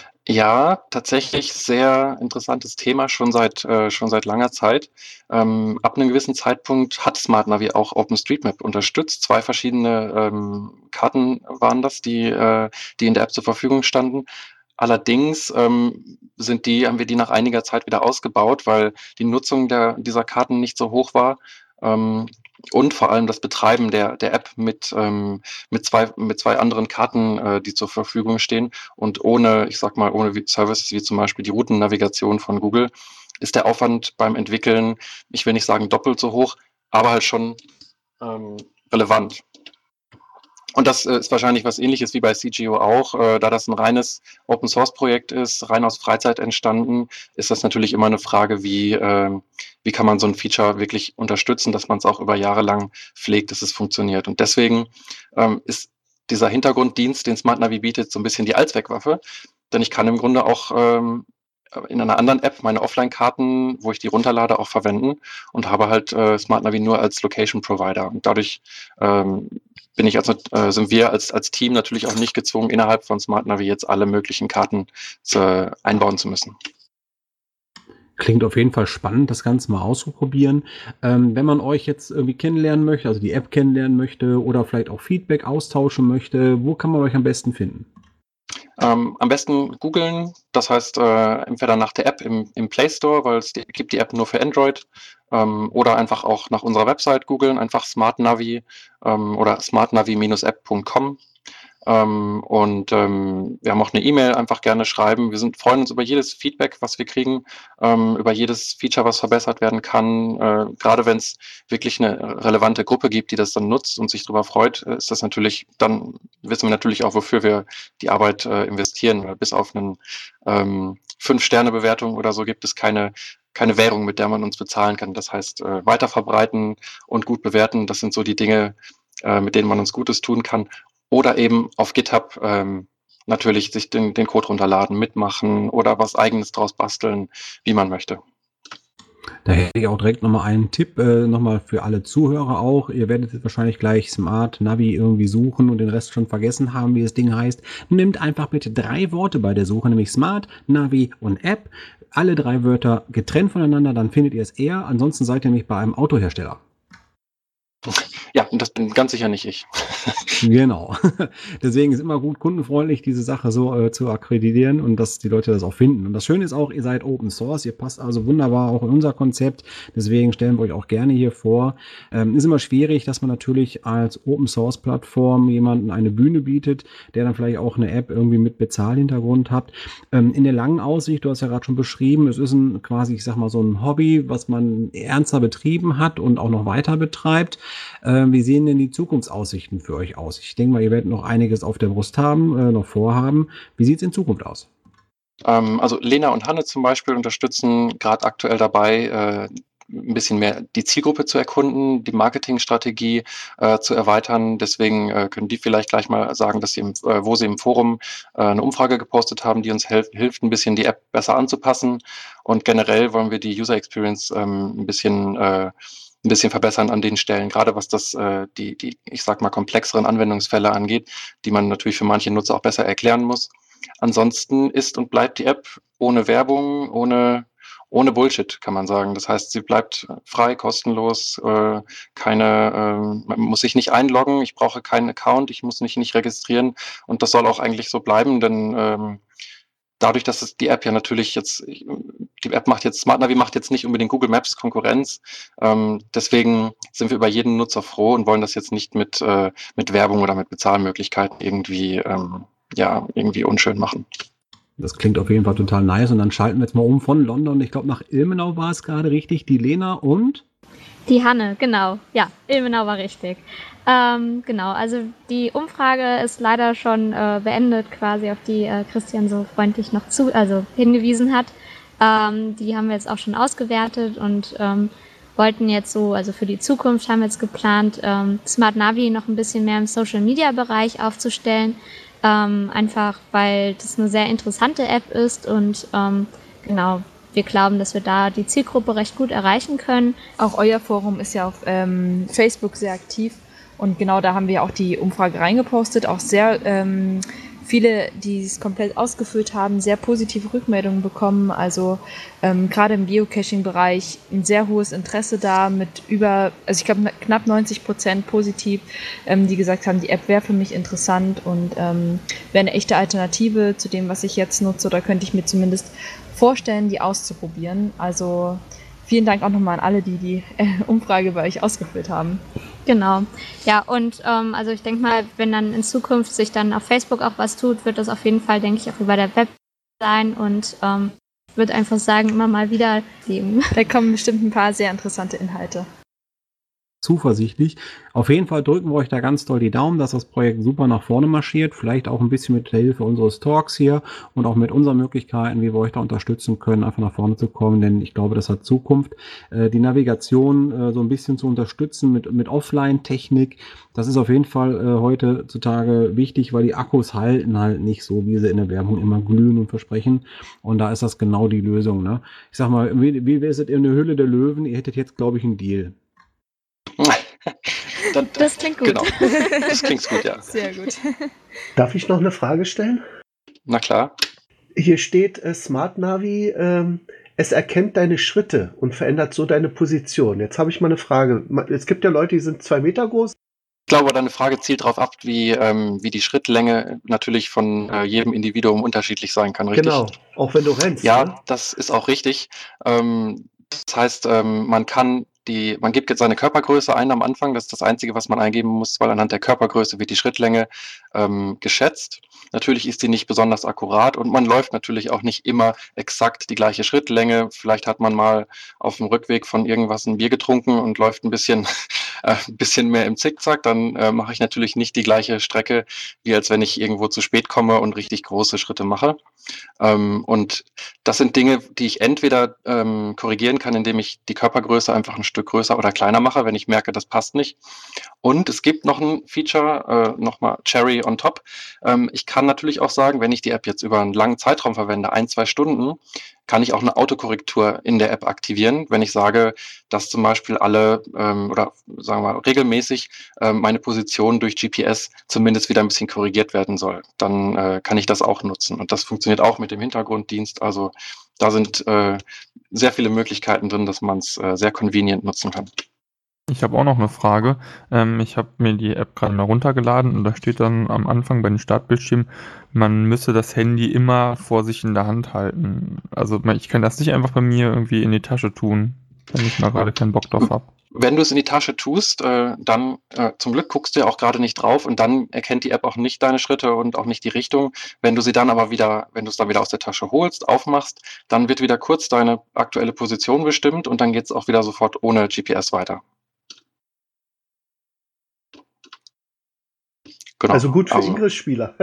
Ja, tatsächlich sehr interessantes Thema, schon seit langer Zeit. Ab einem gewissen Zeitpunkt hat Smart Navi auch OpenStreetMap unterstützt. 2 verschiedene Karten waren das, die in der App zur Verfügung standen. Allerdings haben wir die nach einiger Zeit wieder ausgebaut, weil die Nutzung dieser Karten nicht so hoch war. Und vor allem das Betreiben der App mit zwei anderen Karten, die zur Verfügung stehen und ohne Services wie zum Beispiel die Routennavigation von Google, ist der Aufwand beim Entwickeln, ich will nicht sagen doppelt so hoch, aber halt schon relevant. Und das ist wahrscheinlich was Ähnliches wie bei CGeo auch. Da das ein reines Open-Source-Projekt ist, rein aus Freizeit entstanden, ist das natürlich immer eine Frage, wie kann man so ein Feature wirklich unterstützen, dass man es auch über Jahre lang pflegt, dass es funktioniert. Und deswegen ist dieser Hintergrunddienst, den Smart Navi bietet, so ein bisschen die Allzweckwaffe. Denn ich kann im Grunde auch in einer anderen App meine Offline-Karten, wo ich die runterlade, auch verwenden und habe halt Smart Navi nur als Location-Provider. Und dadurch sind wir als Team natürlich auch nicht gezwungen, innerhalb von Smart Navi jetzt alle möglichen Karten einbauen zu müssen. Klingt auf jeden Fall spannend, das Ganze mal auszuprobieren. Wenn man euch jetzt irgendwie kennenlernen möchte, also die App kennenlernen möchte oder vielleicht auch Feedback austauschen möchte, wo kann man euch am besten finden? Am besten googeln, das heißt entweder nach der App im Play Store, weil es gibt die App nur für Android, oder einfach auch nach unserer Website googeln, einfach Smart Navi oder smartnavi-app.com. Wir haben auch eine E-Mail, einfach gerne schreiben. Wir freuen uns über jedes Feedback, was wir kriegen, über jedes Feature, was verbessert werden kann. Gerade wenn es wirklich eine relevante Gruppe gibt, die das dann nutzt und sich darüber freut, ist das natürlich, dann wissen wir natürlich auch, wofür wir die Arbeit investieren. Weil bis auf eine 5-Sterne-Bewertung oder so gibt es keine Währung, mit der man uns bezahlen kann. Das heißt, weiterverbreiten und gut bewerten, das sind so die Dinge, mit denen man uns Gutes tun kann. Oder eben auf GitHub natürlich sich den Code runterladen, mitmachen oder was Eigenes draus basteln, wie man möchte. Da hätte ich auch direkt nochmal einen Tipp, nochmal für alle Zuhörer auch. Ihr werdet jetzt wahrscheinlich gleich Smart Navi irgendwie suchen und den Rest schon vergessen haben, wie das Ding heißt. Nehmt einfach bitte 3 Worte bei der Suche, nämlich Smart, Navi und App. Alle 3 Wörter getrennt voneinander, dann findet ihr es eher. Ansonsten seid ihr nämlich bei einem Autohersteller. Ja, und das bin ganz sicher nicht ich. Genau. Deswegen ist immer gut, kundenfreundlich diese Sache so zu akkreditieren und dass die Leute das auch finden. Und das Schöne ist auch, ihr seid Open Source, ihr passt also wunderbar auch in unser Konzept. Deswegen stellen wir euch auch gerne hier vor. Ist immer schwierig, dass man natürlich als Open Source Plattform jemanden eine Bühne bietet, der dann vielleicht auch eine App irgendwie mit Bezahlhintergrund hat. In der langen Aussicht, du hast ja gerade schon beschrieben, es ist quasi, ich sag mal, so ein Hobby, was man ernster betrieben hat und auch noch weiter betreibt. Wie sehen denn die Zukunftsaussichten für euch aus? Ich denke mal, ihr werdet noch einiges auf der Brust haben, noch vorhaben. Wie sieht es in Zukunft aus? Also Lena und Hanne zum Beispiel unterstützen gerade aktuell dabei, ein bisschen mehr die Zielgruppe zu erkunden, die Marketingstrategie zu erweitern. Deswegen können die vielleicht gleich mal sagen, dass sie wo sie im Forum eine Umfrage gepostet haben, die uns hilft, ein bisschen die App besser anzupassen. Und generell wollen wir die User Experience ein bisschen verbessern an den Stellen, gerade was das die ich sag mal komplexeren Anwendungsfälle angeht, die man natürlich für manche Nutzer auch besser erklären muss. Ansonsten ist und bleibt die App ohne Werbung, ohne Bullshit, kann man sagen. Das heißt, sie bleibt frei, kostenlos, man muss sich nicht einloggen, ich brauche keinen Account, ich muss mich nicht registrieren und das soll auch eigentlich so bleiben, denn dadurch, dass die App ja natürlich Smart Navi macht jetzt nicht unbedingt Google Maps Konkurrenz. Deswegen sind wir über jeden Nutzer froh und wollen das jetzt nicht mit Werbung oder mit Bezahlmöglichkeiten irgendwie unschön machen. Das klingt auf jeden Fall total nice. Und dann schalten wir jetzt mal um von London. Ich glaube, nach Ilmenau war es gerade richtig. Die Lena und? Die Hanne, genau. Ja, Ilmenau war richtig. Genau, also die Umfrage ist leider schon beendet, quasi, auf die Christian so freundlich noch hingewiesen hat. Die haben wir jetzt auch schon ausgewertet und wollten jetzt so, also für die Zukunft haben wir jetzt geplant, Smart Navi noch ein bisschen mehr im Social-Media-Bereich aufzustellen. Einfach, weil das eine sehr interessante App ist und genau, wir glauben, dass wir da die Zielgruppe recht gut erreichen können. Auch euer Forum ist ja auf Facebook sehr aktiv und genau da haben wir auch die Umfrage reingepostet, auch sehr viele, die es komplett ausgefüllt haben, sehr positive Rückmeldungen bekommen. Also gerade im Geocaching-Bereich ein sehr hohes Interesse da mit ich glaube knapp 90% positiv, die gesagt haben, die App wäre für mich interessant und wäre eine echte Alternative zu dem, was ich jetzt nutze. Oder könnte ich mir zumindest vorstellen, die auszuprobieren. Also vielen Dank auch nochmal an alle, die Umfrage bei euch ausgefüllt haben. Genau. Ja, und also ich denke mal, wenn dann in Zukunft sich dann auf Facebook auch was tut, wird das auf jeden Fall, denke ich, auch über der Web sein und ich würde einfach sagen, immer mal wieder geben. Da kommen bestimmt ein paar sehr interessante Inhalte. Zuversichtlich. Auf jeden Fall drücken wir euch da ganz doll die Daumen, dass das Projekt super nach vorne marschiert. Vielleicht auch ein bisschen mit der Hilfe unseres Talks hier und auch mit unseren Möglichkeiten, wie wir euch da unterstützen können, einfach nach vorne zu kommen, denn ich glaube, das hat Zukunft. Die Navigation so ein bisschen zu unterstützen mit Offline-Technik, das ist auf jeden Fall heutzutage wichtig, weil die Akkus halten halt nicht so, wie sie in der Werbung immer glühen und versprechen. Und da ist das genau die Lösung, ne? Ich sag mal, wie wäre es in der Höhle der Löwen? Ihr hättet jetzt, glaube ich, einen Deal. Das klingt gut. Genau, das klingt gut, ja. Sehr gut. Darf ich noch eine Frage stellen? Na klar. Hier steht Smart Navi, es erkennt deine Schritte und verändert so deine Position. Jetzt habe ich mal eine Frage. Es gibt ja Leute, die sind 2 Meter groß. Ich glaube, deine Frage zielt darauf ab, wie die Schrittlänge natürlich von jedem Individuum unterschiedlich sein kann, richtig? Genau, auch wenn du rennst. Ja, ne? das ist auch richtig. Das heißt, man gibt jetzt seine Körpergröße ein am Anfang, das ist das Einzige, was man eingeben muss, weil anhand der Körpergröße wird die Schrittlänge geschätzt. Natürlich ist die nicht besonders akkurat und man läuft natürlich auch nicht immer exakt die gleiche Schrittlänge. Vielleicht hat man mal auf dem Rückweg von irgendwas ein Bier getrunken und läuft ein bisschen mehr im Zickzack, dann mache ich natürlich nicht die gleiche Strecke, wie als wenn ich irgendwo zu spät komme und richtig große Schritte mache. Und das sind Dinge, die ich entweder korrigieren kann, indem ich die Körpergröße einfach ein Stück größer oder kleiner mache, wenn ich merke, das passt nicht. Und es gibt noch ein Feature, nochmal Cherry on top. Ich kann natürlich auch sagen, wenn ich die App jetzt über einen langen Zeitraum verwende, 1-2 Stunden, kann ich auch eine Autokorrektur in der App aktivieren, wenn ich sage, dass zum Beispiel oder sagen wir regelmäßig meine Position durch GPS zumindest wieder ein bisschen korrigiert werden soll. Dann kann ich das auch nutzen. Und das funktioniert auch mit dem Hintergrunddienst. Also da sind sehr viele Möglichkeiten drin, dass man es sehr convenient nutzen kann. Ich habe auch noch eine Frage. Ich habe mir die App gerade mal runtergeladen und da steht dann am Anfang bei den Startbildschirmen, man müsse das Handy immer vor sich in der Hand halten. Also ich kann das nicht einfach bei mir irgendwie in die Tasche tun, wenn ich mal gerade keinen Bock drauf habe. Wenn du es in die Tasche tust, dann zum Glück guckst du ja auch gerade nicht drauf und dann erkennt die App auch nicht deine Schritte und auch nicht die Richtung. Wenn du sie dann aber wieder, wenn du es dann wieder aus der Tasche holst, aufmachst, dann wird wieder kurz deine aktuelle Position bestimmt und dann geht es auch wieder sofort ohne GPS weiter. Genau. Also gut für Ingress-Spieler.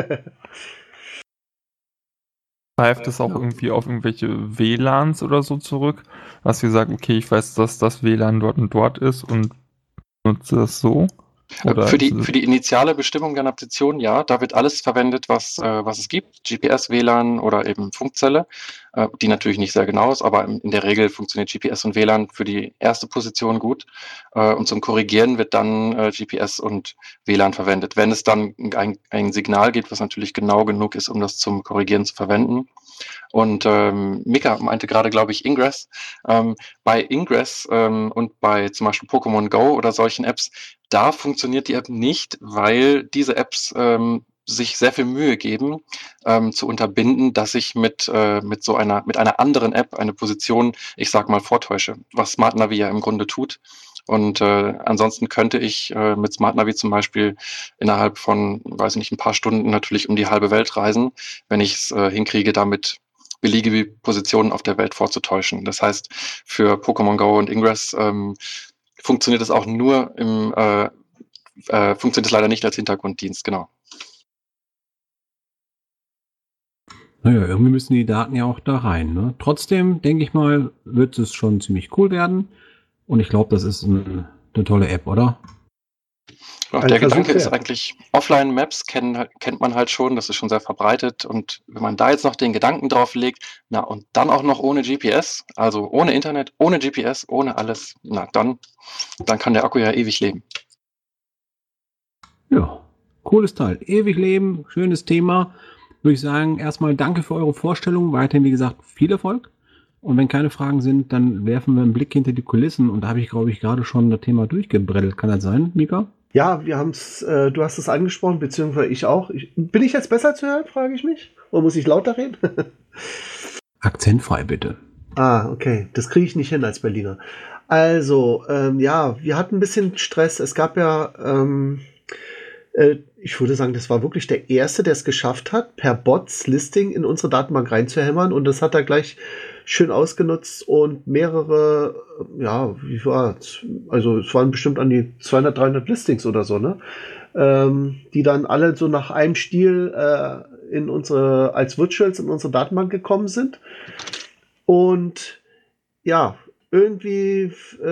Greift es auch irgendwie auf irgendwelche WLANs oder so zurück, dass wir sagen, okay, ich weiß, dass das WLAN dort und dort ist und nutze das so? Oder für die initiale Bestimmung der Navigation, ja, da wird alles verwendet, was es gibt, GPS, WLAN oder eben Funkzelle, die natürlich nicht sehr genau ist, aber in der Regel funktioniert GPS und WLAN für die erste Position gut und zum Korrigieren wird dann GPS und WLAN verwendet. Wenn es dann ein Signal gibt, was natürlich genau genug ist, um das zum Korrigieren zu verwenden. Und Mika meinte gerade, glaube ich, Ingress. Bei Ingress und bei zum Beispiel Pokémon Go oder solchen Apps, da funktioniert die App nicht, weil diese Apps sich sehr viel Mühe geben, zu unterbinden, dass ich mit einer anderen App eine Position, ich sag mal, vortäusche, was Smart Navi ja im Grunde tut. Und ansonsten könnte ich mit Smart Navi zum Beispiel innerhalb von, weiß nicht, ein paar Stunden natürlich um die halbe Welt reisen, wenn ich es hinkriege, damit beliebige Positionen auf der Welt vorzutäuschen. Das heißt, für Pokémon Go und Ingress funktioniert es auch nur funktioniert es leider nicht als Hintergrunddienst, genau. Naja, irgendwie müssen die Daten ja auch da rein. Ne? Trotzdem, denke ich mal, wird es schon ziemlich cool werden. Und ich glaube, das ist eine tolle App, oder? Ja, der Gedanke ist eigentlich, Offline-Maps kennt man halt schon, das ist schon sehr verbreitet. Und wenn man da jetzt noch den Gedanken drauf legt, na und dann auch noch ohne GPS, also ohne Internet, ohne GPS, ohne alles, na dann kann der Akku ja ewig leben. Ja, cooles Teil. Ewig leben, schönes Thema. Würde ich sagen, erstmal danke für eure Vorstellung. Weiterhin, wie gesagt, viel Erfolg. Und wenn keine Fragen sind, dann werfen wir einen Blick hinter die Kulissen. Und da habe ich, glaube ich, gerade schon das Thema durchgebrettelt. Kann das sein, Mika? Ja, wir haben es, du hast es angesprochen, beziehungsweise ich auch. Bin ich jetzt besser zu hören, frage ich mich? Oder muss ich lauter reden? Akzentfrei, bitte. Ah, okay. Das kriege ich nicht hin als Berliner. Also, ja, wir hatten ein bisschen Stress. Es gab ja, ich würde sagen, das war wirklich der Erste, der es geschafft hat, per Bots Listing in unsere Datenbank reinzuhämmern. Und das hat er gleich schön ausgenutzt und mehrere, ja, wie war es? Also es waren bestimmt an die 200, 300 Listings oder so, ne? Die dann alle so nach einem Stil als Virtuals in unsere Datenbank gekommen sind. Und ja, irgendwie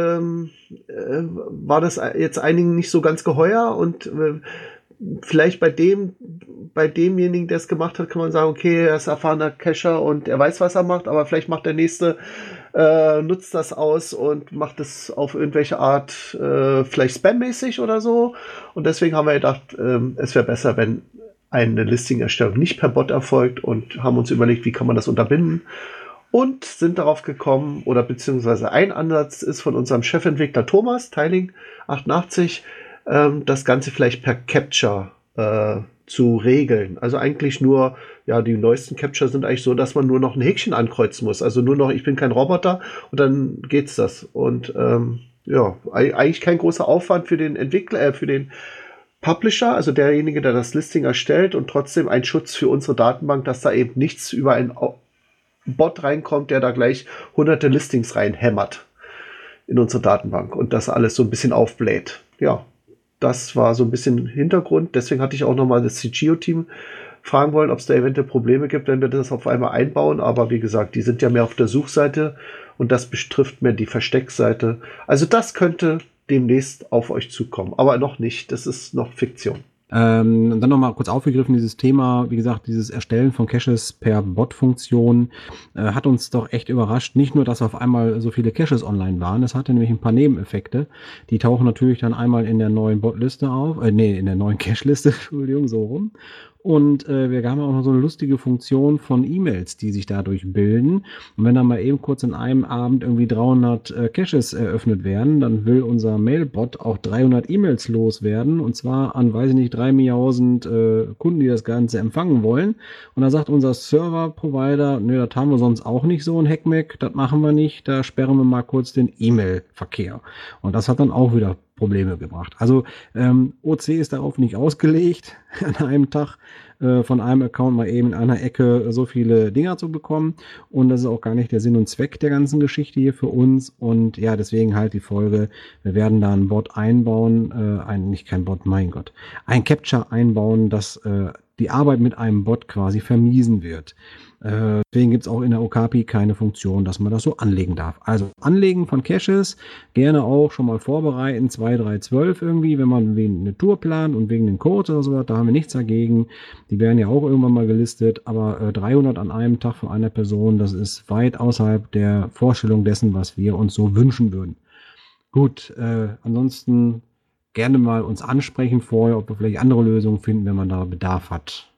war das jetzt einigen nicht so ganz geheuer und vielleicht bei demjenigen, der es gemacht hat, kann man sagen, okay, er ist erfahrener Cacher und er weiß, was er macht, aber vielleicht macht der Nächste, nutzt das aus und macht es auf irgendwelche Art vielleicht spammäßig oder so. Und deswegen haben wir gedacht, es wäre besser, wenn eine Listing-Erstellung nicht per Bot erfolgt und haben uns überlegt, wie kann man das unterbinden. Und sind darauf gekommen, oder beziehungsweise ein Ansatz ist von unserem Chefentwickler Thomas, Tiling88, das Ganze vielleicht per Capture zu regeln. Also eigentlich nur, ja, die neuesten Capture sind eigentlich so, dass man nur noch ein Häkchen ankreuzen muss. Also nur noch, ich bin kein Roboter und dann geht's das. Und ja, eigentlich kein großer Aufwand für den Entwickler, für den Publisher, also derjenige, der das Listing erstellt und trotzdem ein Schutz für unsere Datenbank, dass da eben nichts über einen Bot reinkommt, der da gleich hunderte Listings reinhämmert in unsere Datenbank und das alles so ein bisschen aufbläht. Ja, das war so ein bisschen Hintergrund. Deswegen hatte ich auch nochmal das CGO-Team fragen wollen, ob es da eventuell Probleme gibt, wenn wir das auf einmal einbauen. Aber wie gesagt, die sind ja mehr auf der Suchseite und das betrifft mehr die Versteckseite. Also das könnte demnächst auf euch zukommen. Aber noch nicht. Das ist noch Fiktion. Dann nochmal kurz aufgegriffen, dieses Thema, wie gesagt, dieses Erstellen von Caches per Bot-Funktion hat uns doch echt überrascht. Nicht nur, dass auf einmal so viele Caches online waren, es hatte nämlich ein paar Nebeneffekte. Die tauchen natürlich dann einmal in der neuen Bot-Liste auf, in der neuen Cache-Liste, Entschuldigung, so rum. Und wir haben auch noch so eine lustige Funktion von E-Mails, die sich dadurch bilden. Und wenn dann mal eben kurz in einem Abend irgendwie 300 Caches eröffnet werden, dann will unser Mailbot auch 300 E-Mails loswerden. Und zwar an, weiß ich nicht, 3.000 Kunden, die das Ganze empfangen wollen. Und da sagt unser Server-Provider, nö, das haben wir sonst auch nicht so ein Hackmack, das machen wir nicht, da sperren wir mal kurz den E-Mail-Verkehr. Und das hat dann auch wieder Probleme gebracht. Also OC ist darauf nicht ausgelegt, an einem Tag von einem Account mal eben in einer Ecke so viele Dinger zu bekommen. Und das ist auch gar nicht der Sinn und Zweck der ganzen Geschichte hier für uns. Und ja, deswegen halt die Folge, wir werden da einen Bot einbauen, nicht kein Bot, mein Gott, ein Capture einbauen, das die Arbeit mit einem Bot quasi vermiesen wird. Deswegen gibt es auch in der Okapi keine Funktion, dass man das so anlegen darf. Also Anlegen von Caches gerne auch schon mal vorbereiten, 2, 3, 12 irgendwie, wenn man wegen eine Tour plant und wegen den Codes oder so, da haben wir nichts dagegen. Die werden ja auch irgendwann mal gelistet, aber 300 an einem Tag von einer Person, das ist weit außerhalb der Vorstellung dessen, was wir uns so wünschen würden. Gut, ansonsten gerne mal uns ansprechen vorher, ob wir vielleicht andere Lösungen finden, wenn man da Bedarf hat.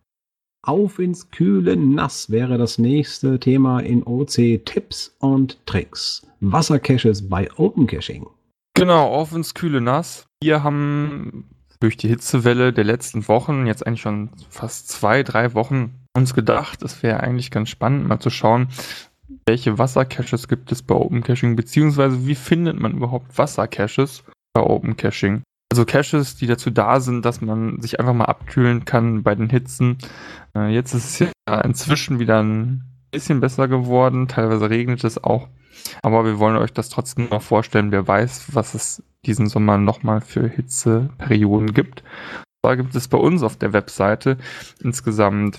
Auf ins kühle Nass wäre das nächste Thema in OC Tipps und Tricks. Wassercaches bei Open Caching. Genau, auf ins kühle Nass. Wir haben durch die Hitzewelle der letzten Wochen, jetzt eigentlich schon fast 2, 3 Wochen, uns gedacht, es wäre eigentlich ganz spannend, mal zu schauen, welche Wassercaches gibt es bei Open Caching, beziehungsweise wie findet man überhaupt Wassercaches bei Open Caching. Also Caches, die dazu da sind, dass man sich einfach mal abkühlen kann bei den Hitzen. Jetzt ist es ja inzwischen wieder ein bisschen besser geworden. Teilweise regnet es auch. Aber wir wollen euch das trotzdem noch vorstellen. Wer weiß, was es diesen Sommer nochmal für Hitzeperioden gibt. Da gibt es bei uns auf der Webseite insgesamt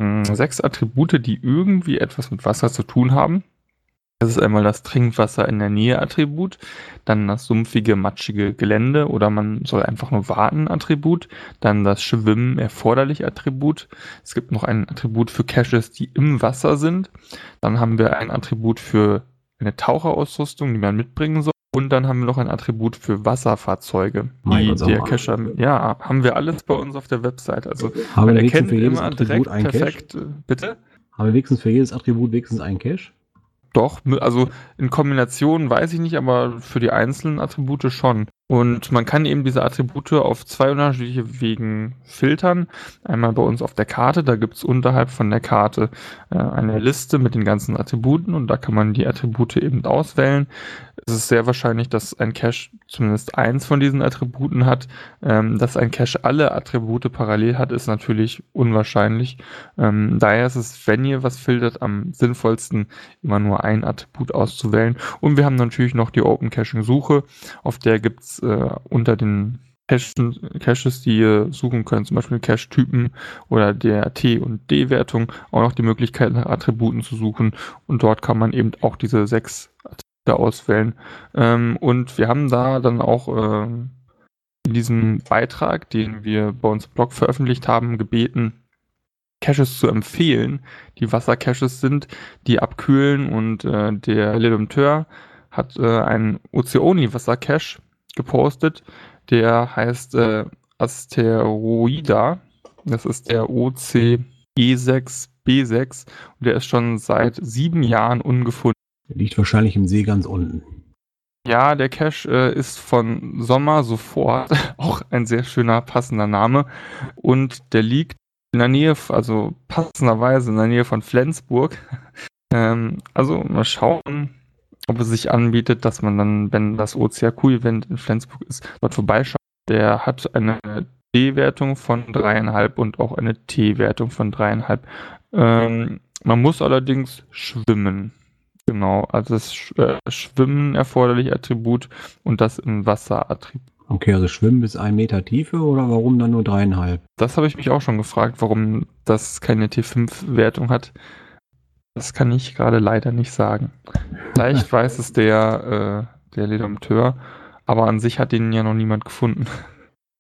6 Attribute, die irgendwie etwas mit Wasser zu tun haben. Das ist einmal das Trinkwasser in der Nähe Attribut, dann das sumpfige, matschige Gelände oder man soll einfach nur warten Attribut, dann das Schwimmen erforderlich Attribut. Es gibt noch ein Attribut für Caches, die im Wasser sind. Dann haben wir ein Attribut für eine Taucherausrüstung, die man mitbringen soll. Und dann haben wir noch ein Attribut für Wasserfahrzeuge. Der Cacher, ja, haben wir alles bei uns auf der Website. Also man erkennt immer direkt perfekt. Bitte? Haben wir wenigstens für jedes Attribut wenigstens einen Cache? Doch, also in Kombination weiß ich nicht, aber für die einzelnen Attribute schon. Und man kann eben diese Attribute auf 2 unterschiedliche Wegen filtern. Einmal bei uns auf der Karte, da gibt es unterhalb von der Karte eine Liste mit den ganzen Attributen und da kann man die Attribute eben auswählen. Es ist sehr wahrscheinlich, dass ein Cache zumindest eins von diesen Attributen hat. Dass ein Cache alle Attribute parallel hat, ist natürlich unwahrscheinlich. Daher ist es, wenn ihr was filtert, am sinnvollsten immer nur ein Attribut auszuwählen. Und wir haben natürlich noch die Open Caching Suche, auf der gibt es unter den Caches, die ihr suchen könnt, zum Beispiel Cache-Typen oder der T- und D-Wertung, auch noch die Möglichkeit nach Attributen zu suchen und dort kann man eben auch diese 6 Attribute auswählen. Und wir haben da dann auch in diesem Beitrag, den wir bei uns im Blog veröffentlicht haben, gebeten, Caches zu empfehlen, die Wassercaches sind, die abkühlen und der Ledomteur hat einen Oceoni-Wassercache gepostet, der heißt Asteroida, das ist der OCE6B6 und der ist schon seit 7 Jahren ungefunden. Der liegt wahrscheinlich im See ganz unten. Ja, der Cache ist von Sommer sofort, auch ein sehr schöner, passender Name und der liegt in der Nähe, also passenderweise in der Nähe von Flensburg. Also mal schauen, ob es sich anbietet, dass man dann, wenn das OCAQ-Event in Flensburg ist, dort vorbeischaut. Der hat eine D-Wertung von 3,5 und auch eine T-Wertung von 3,5. Man muss allerdings schwimmen. Genau, also das Schwimmen erforderlich Attribut und das im Wasser Attribut. Okay, also Schwimmen bis 1 Meter Tiefe oder warum dann nur 3,5? Das habe ich mich auch schon gefragt, warum das keine T5-Wertung hat. Das kann ich gerade leider nicht sagen. Vielleicht weiß es der Ledomteur, aber an sich hat den ja noch niemand gefunden.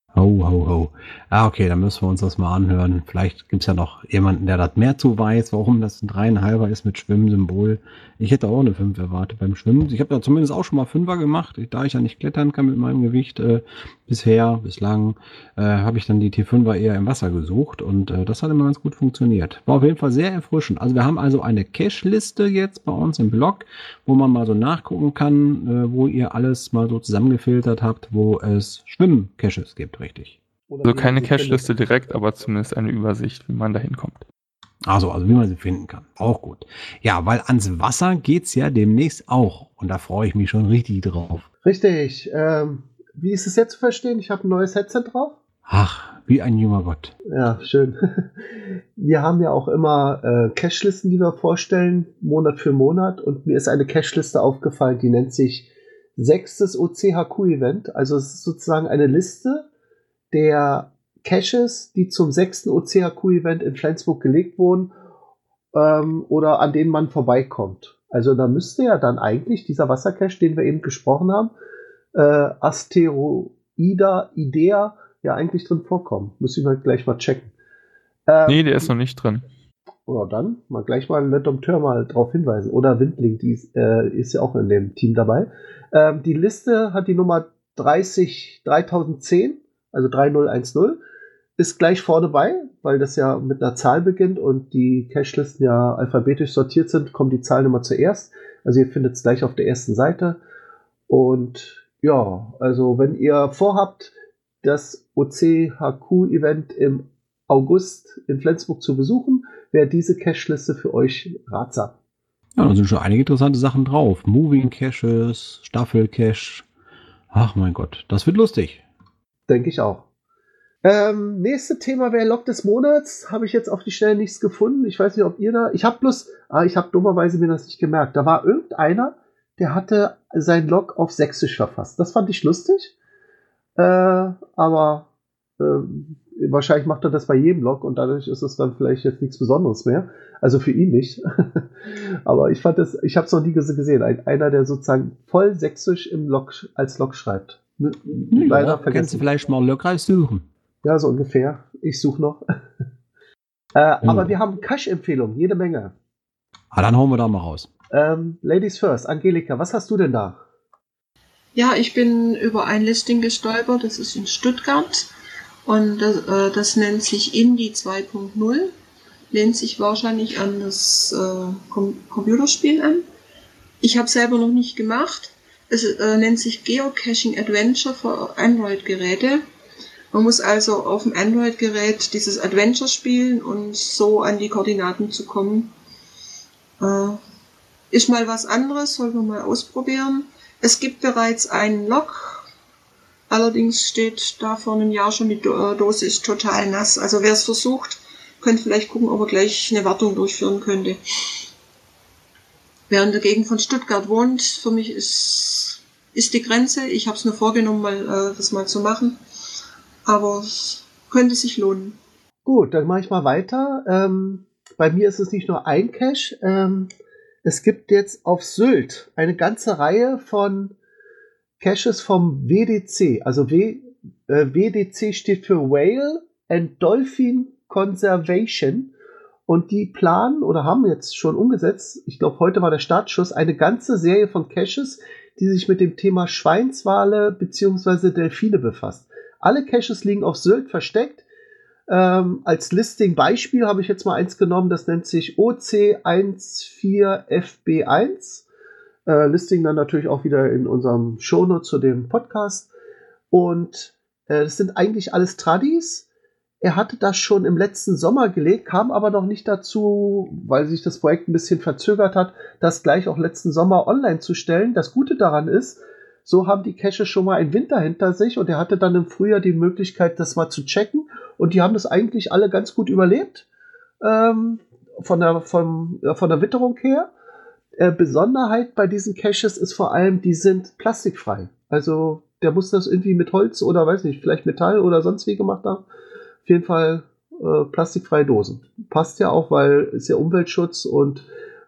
Ho, ho, ho. Ah, okay, dann müssen wir uns das mal anhören. Vielleicht gibt es ja noch jemanden, der das mehr zu weiß, warum das ein 3,5er ist mit Schwimmsymbol. Ich hätte auch eine 5 erwartet beim Schwimmen. Ich habe ja zumindest auch schon mal 5er gemacht. Da ich ja nicht klettern kann mit meinem Gewicht bislang, habe ich dann die T5er eher im Wasser gesucht und das hat immer ganz gut funktioniert. War auf jeden Fall sehr erfrischend. Also wir haben also eine Cache-Liste jetzt bei uns im Blog, wo man mal so nachgucken kann, wo ihr alles mal so zusammengefiltert habt, wo es Schwimm-Caches gibt, richtig. Also keine Cache-Liste direkt, aber zumindest eine Übersicht, wie man da hinkommt. Also wie man sie finden kann. Auch gut. Ja, weil ans Wasser geht's ja demnächst auch. Und da freue ich mich schon richtig drauf. Richtig. Wie ist es jetzt zu verstehen? Ich habe ein neues Headset drauf. Ach, wie ein junger Gott. Ja, schön. Wir haben ja auch immer Cache-Listen, die wir vorstellen, Monat für Monat. Und mir ist eine Cache-Liste aufgefallen, die nennt sich 6. OCHQ-Event. Also es ist sozusagen eine Liste der Caches, die zum 6. OCHQ-Event in Flensburg gelegt wurden oder an denen man vorbeikommt. Also da müsste ja dann eigentlich dieser Wassercache, den wir eben gesprochen haben, Asteroida Idea, ja eigentlich drin vorkommen. Müssen wir gleich mal checken. Nee, der ist noch nicht drin. Oder dann mal gleich mal Le Dompteur mal drauf hinweisen. Oder Windling, die ist ja auch in dem Team dabei. Die Liste hat die Nummer 3010, also 3010. Ist gleich vorne bei, weil das ja mit einer Zahl beginnt und die Cache-Listen ja alphabetisch sortiert sind, kommt die Zahl immer zuerst. Also ihr findet es gleich auf der ersten Seite. Und ja, also wenn ihr vorhabt, das OCHQ-Event im August in Flensburg zu besuchen, wäre diese Cache-Liste für euch ratsam. Ja, da sind schon einige interessante Sachen drauf. Moving Caches, Staffel-Cache. Ach mein Gott, das wird lustig. Denke ich auch. Nächste Thema wäre Log des Monats. Habe ich jetzt auf die Schnelle nichts gefunden. Ich weiß nicht, ob ihr da... Ich habe dummerweise mir das nicht gemerkt. Da war irgendeiner, der hatte sein Log auf Sächsisch verfasst. Das fand ich lustig. Aber wahrscheinlich macht er das bei jedem Log und dadurch ist es dann vielleicht jetzt nichts Besonderes mehr. Also für ihn nicht. Aber ich habe es noch nie gesehen. Einer, der sozusagen voll Sächsisch im Log, als Log schreibt. Leider vergessen. Kannst du vielleicht mal Logreif suchen? Ja, so ungefähr. Ich suche noch. Aber wir haben Cache-Empfehlungen, jede Menge. Dann hauen wir da mal raus. Ladies first. Angelika, was hast du denn da? Ja, ich bin über ein Listing gestolpert, das ist in Stuttgart und das nennt sich Indie 2.0, lehnt sich wahrscheinlich an das Computerspiel an. Ich habe selber noch nicht gemacht. Es nennt sich Geocaching Adventure für Android-Geräte. Man muss also auf dem Android-Gerät dieses Adventure spielen und so an die Koordinaten zu kommen. Ist mal was anderes, soll man mal ausprobieren. Es gibt bereits einen Log, allerdings steht da vor einem Jahr schon, die Dose ist total nass. Also wer es versucht, könnte vielleicht gucken, ob er gleich eine Wartung durchführen könnte. Wer in der Gegend von Stuttgart wohnt, für mich ist die Grenze. Ich habe es nur vorgenommen, das mal zu machen. Aber es könnte sich lohnen. Gut, dann mache ich mal weiter. Bei mir ist es nicht nur ein Cache. Es gibt jetzt auf Sylt eine ganze Reihe von Caches vom WDC. Also WDC steht für Whale and Dolphin Conservation. Und die planen oder haben jetzt schon umgesetzt, ich glaube, heute war der Startschuss, eine ganze Serie von Caches, die sich mit dem Thema Schweinswale bzw. Delfine befasst. Alle Caches liegen auf Sylt versteckt. Als Listing-Beispiel habe ich jetzt mal eins genommen, das nennt sich OC14FB1. Listing dann natürlich auch wieder in unserem Shownote zu dem Podcast. Und das sind eigentlich alles Tradis. Er hatte das schon im letzten Sommer gelegt, kam aber noch nicht dazu, weil sich das Projekt ein bisschen verzögert hat, das gleich auch letzten Sommer online zu stellen. Das Gute daran ist, so haben die Caches schon mal einen Winter hinter sich und er hatte dann im Frühjahr die Möglichkeit, das mal zu checken. Und die haben das eigentlich alle ganz gut überlebt, von der Witterung her. Besonderheit bei diesen Caches ist vor allem, die sind plastikfrei. Also der muss das irgendwie mit Holz oder weiß nicht, vielleicht Metall oder sonst wie gemacht haben. Auf jeden Fall plastikfreie Dosen. Passt ja auch, weil ist ja Umweltschutz und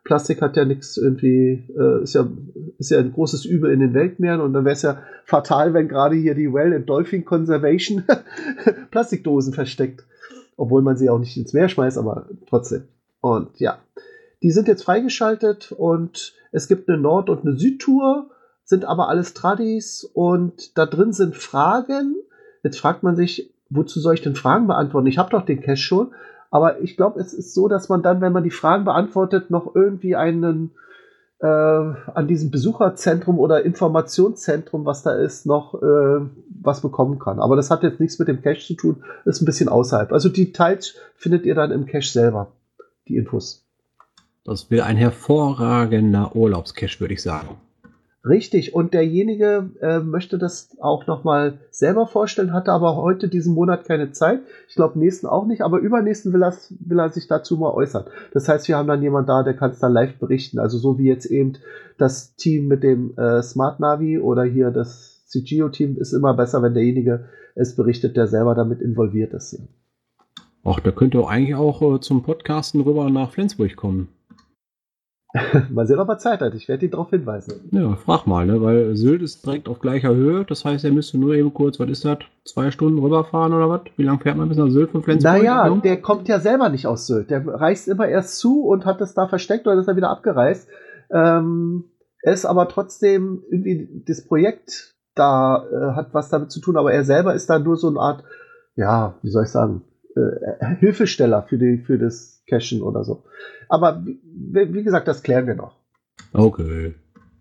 Plastik hat ja nichts irgendwie, ist ja ein großes Übel in den Weltmeeren und dann wäre es ja fatal, wenn gerade hier die Whale and Dolphin Conservation Plastikdosen versteckt. Obwohl man sie auch nicht ins Meer schmeißt, aber trotzdem. Und ja, die sind jetzt freigeschaltet und es gibt eine Nord- und eine Südtour, sind aber alles Tradis und da drin sind Fragen. Jetzt fragt man sich, wozu soll ich denn Fragen beantworten? Ich habe doch den Cache schon. Aber ich glaube, es ist so, dass man dann, wenn man die Fragen beantwortet, noch irgendwie einen an diesem Besucherzentrum oder Informationszentrum, was da ist, noch was bekommen kann. Aber das hat jetzt nichts mit dem Cache zu tun, ist ein bisschen außerhalb. Also die Details findet ihr dann im Cache selber, die Infos. Das wäre ein hervorragender Urlaubscache, würde ich sagen. Richtig, und derjenige möchte das auch nochmal selber vorstellen, hatte aber heute diesen Monat keine Zeit. Ich glaube, nächsten auch nicht, aber übernächsten will er sich dazu mal äußern. Das heißt, wir haben dann jemanden da, der kann es dann live berichten. Also so wie jetzt eben das Team mit dem Smart Navi oder hier das CGO-Team ist immer besser, wenn derjenige es berichtet, der selber damit involviert ist. Ach, da könnt ihr eigentlich auch zum Podcasten rüber nach Flensburg kommen. Mal sehen, ob er Zeit hat. Ich werde ihn darauf hinweisen. Ja, frag mal, ne? Weil Sylt ist direkt auf gleicher Höhe. Das heißt, er müsste nur eben kurz, was ist das, 2 Stunden rüberfahren oder was? Wie lange fährt man bis nach Sylt von Flensburg? Naja, der kommt ja selber nicht aus Sylt. Der reist immer erst zu und hat es da versteckt oder ist er wieder abgereist. Er ist aber trotzdem irgendwie das Projekt da hat was damit zu tun, aber er selber ist da nur so eine Art, ja, wie soll ich sagen, Hilfesteller für das Cachen oder so. Aber wie gesagt, das klären wir noch. Okay.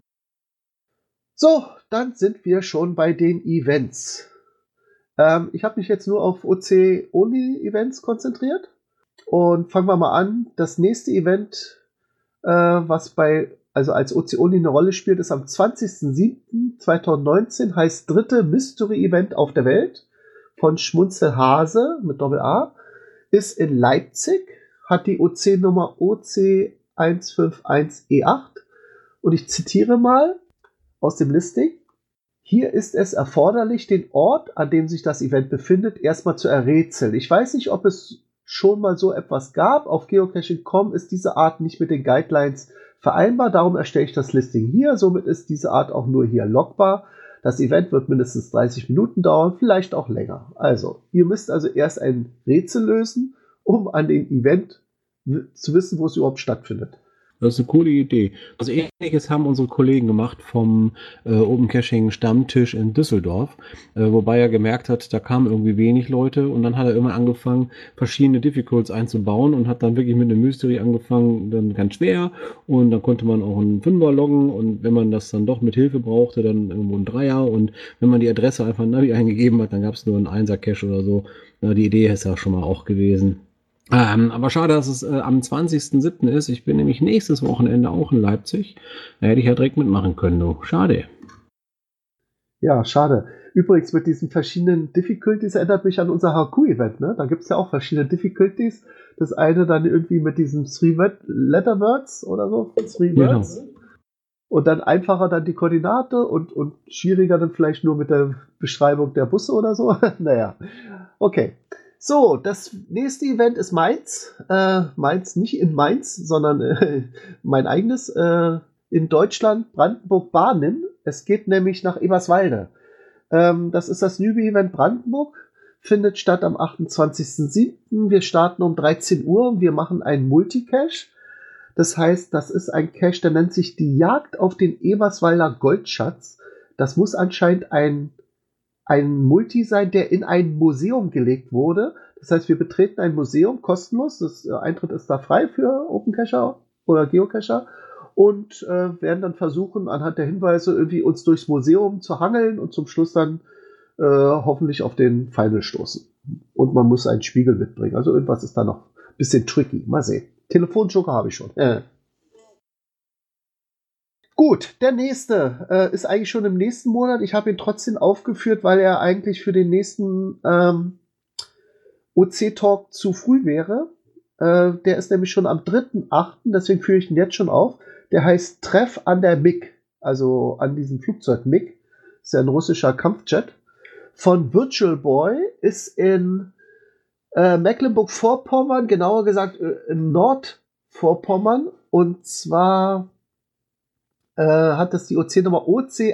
So, dann sind wir schon bei den Events. Ich habe mich jetzt nur auf OC-Only-Events konzentriert. Und fangen wir mal an. Das nächste Event, was als OC-Only eine Rolle spielt, ist am 20.07.2019, heißt dritte Mystery-Event auf der Welt von Schmunzelhase mit Doppel-A, ist in Leipzig, hat die OC-Nummer OC151E8 und ich zitiere mal aus dem Listing. Hier ist es erforderlich, den Ort, an dem sich das Event befindet, erstmal zu errätseln. Ich weiß nicht, ob es schon mal so etwas gab. Auf Geocaching.com ist diese Art nicht mit den Guidelines vereinbar, darum erstelle ich das Listing hier. Somit ist diese Art auch nur hier logbar. Das Event wird mindestens 30 Minuten dauern, vielleicht auch länger. Also, ihr müsst also erst ein Rätsel lösen, um an dem Event zu wissen, wo es überhaupt stattfindet. Das ist eine coole Idee. Also Ähnliches haben unsere Kollegen gemacht vom Open Caching Stammtisch in Düsseldorf, wobei er gemerkt hat, da kamen irgendwie wenig Leute und dann hat er irgendwann angefangen, verschiedene Difficulties einzubauen und hat dann wirklich mit einem Mystery angefangen, dann ganz schwer und dann konnte man auch einen Fünfer loggen und wenn man das dann doch mit Hilfe brauchte, dann irgendwo einen Dreier und wenn man die Adresse einfach in Navi eingegeben hat, dann gab es nur einen Einser-Cache oder so. Na, die Idee ist ja schon mal auch gewesen. Aber schade, dass es am 20.07. ist. Ich bin nämlich nächstes Wochenende auch in Leipzig. Da hätte ich ja direkt mitmachen können. Du. Schade. Ja, schade. Übrigens mit diesen verschiedenen Difficulties erinnert mich an unser HQ-Event. Ne? Da gibt es ja auch verschiedene Difficulties. Das eine dann irgendwie mit diesen 3-Letter-Words oder so. 3 Words. Genau. Und dann einfacher dann die Koordinate und schwieriger dann vielleicht nur mit der Beschreibung der Busse oder so. Naja, okay. So, das nächste Event ist Mainz. Mainz, nicht in Mainz, sondern mein eigenes. In Deutschland, Brandenburg-Barnim. Es geht nämlich nach Eberswalde. Das ist das Newbie-Event Brandenburg. Findet statt am 28.07. Wir starten um 13 Uhr. Wir machen einen Multicache. Das heißt, das ist ein Cache, der nennt sich die Jagd auf den Eberswalder Goldschatz. Das muss anscheinend ein Multi sein, der in ein Museum gelegt wurde. Das heißt, wir betreten ein Museum kostenlos. Der Eintritt ist da frei für Open Cacher oder Geocacher und werden dann versuchen, anhand der Hinweise irgendwie uns durchs Museum zu hangeln und zum Schluss dann hoffentlich auf den Final stoßen. Und man muss einen Spiegel mitbringen. Also irgendwas ist da noch ein bisschen tricky. Mal sehen. Telefonjoker habe ich schon. Gut, der nächste ist eigentlich schon im nächsten Monat. Ich habe ihn trotzdem aufgeführt, weil er eigentlich für den nächsten OC-Talk zu früh wäre. Der ist nämlich schon am 3.8., deswegen führe ich ihn jetzt schon auf. Der heißt Treff an der MiG, also an diesem Flugzeug MiG. Ist ja ein russischer Kampfjet. Von Virtual Boy, ist in Mecklenburg-Vorpommern, genauer gesagt in Nordvorpommern, Und zwar hat das die OC-Nummer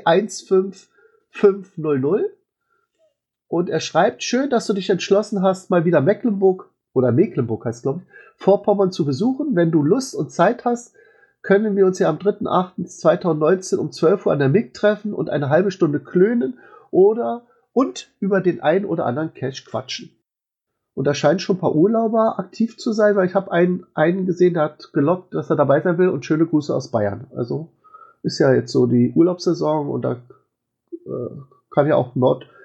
OC15500. Und er schreibt, schön, dass du dich entschlossen hast, mal wieder Mecklenburg heißt, glaube ich, Vorpommern zu besuchen. Wenn du Lust und Zeit hast, können wir uns ja am 3.8.2019 um 12 Uhr an der MIG treffen und eine halbe Stunde klönen und über den einen oder anderen Cache quatschen. Und da scheinen schon ein paar Urlauber aktiv zu sein, weil ich habe einen gesehen, der hat gelockt, dass er dabei sein will, und schöne Grüße aus Bayern. Also ist ja jetzt so die Urlaubssaison, und da kann ja auch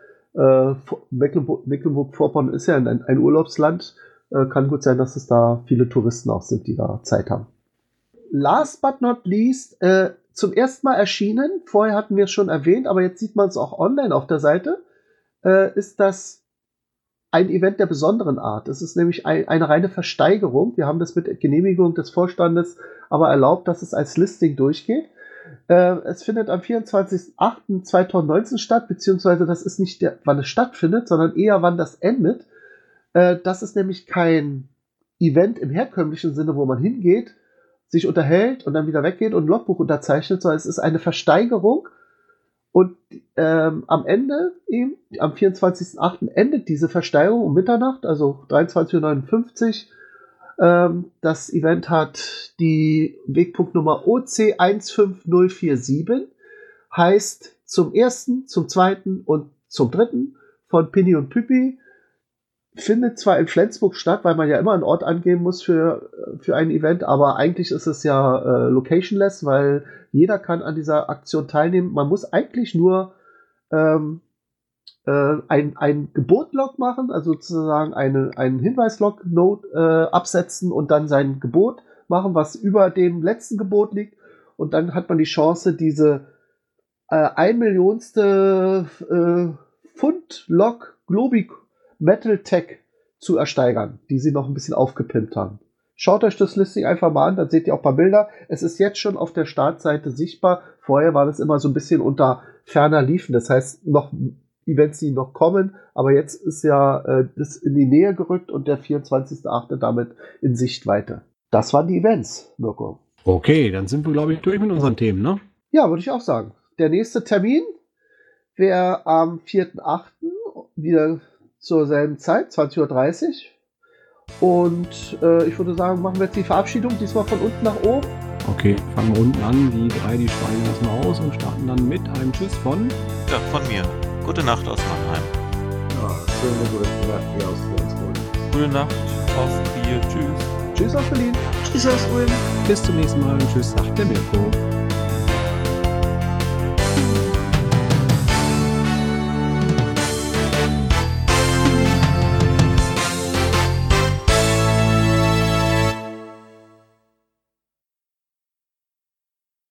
Mecklenburg-Vorpommern ist ja ein Urlaubsland. Kann gut sein, dass es da viele Touristen auch sind, die da Zeit haben. Last but not least, zum ersten Mal erschienen, vorher hatten wir es schon erwähnt, aber jetzt sieht man es auch online auf der Seite, ist das ein Event der besonderen Art. Es ist nämlich eine reine Versteigerung. Wir haben das mit Genehmigung des Vorstandes aber erlaubt, dass es als Listing durchgeht. Es findet am 24.08.2019 statt, beziehungsweise das ist nicht wann es stattfindet, sondern eher wann das endet. Das ist nämlich kein Event im herkömmlichen Sinne, wo man hingeht, sich unterhält und dann wieder weggeht und ein Logbuch unterzeichnet, sondern es ist eine Versteigerung. Und am Ende, eben, am 24.08. endet diese Versteigerung um Mitternacht, also 23.59 Uhr. Das Event hat die Wegpunktnummer OC15047, heißt zum 1., zum 2. und zum 3. von Pinny und Püppi. Findet zwar in Flensburg statt, weil man ja immer einen Ort angeben muss für ein Event, aber eigentlich ist es ja locationless, weil jeder kann an dieser Aktion teilnehmen. Man muss eigentlich nur ein Gebot-Log machen, also sozusagen einen Hinweis-Log-Note absetzen und dann sein Gebot machen, was über dem letzten Gebot liegt. Und dann hat man die Chance, diese 1 Millionste Pfund-Log Globi Metal Tech zu ersteigern, die sie noch ein bisschen aufgepimpt haben. Schaut euch das Listing einfach mal an, dann seht ihr auch ein paar Bilder. Es ist jetzt schon auf der Startseite sichtbar. Vorher war das immer so ein bisschen unter ferner Liefen. Das heißt, noch Events, die noch kommen. Aber jetzt ist ja das in die Nähe gerückt und der 24.08. damit in Sichtweite. Das waren die Events, Mirko. Okay, dann sind wir, glaube ich, durch mit unseren Themen, ne? Ja, würde ich auch sagen. Der nächste Termin wäre am 4.08. wieder zur selben Zeit, 20.30 Uhr. Und ich würde sagen, machen wir jetzt die Verabschiedung, diesmal von unten nach oben. Okay, fangen wir unten an. Die 3, die schweigen erstmal aus und starten dann mit einem Tschüss von... Ja, von mir. Gute Nacht aus Mannheim. Ja, schöne gute Nacht hier aus Flensburg. Gute Nacht aus Trier. Tschüss. Tschüss aus Berlin. Tschüss aus Ulm. Bis zum nächsten Mal und tschüss, sagt der Mirko.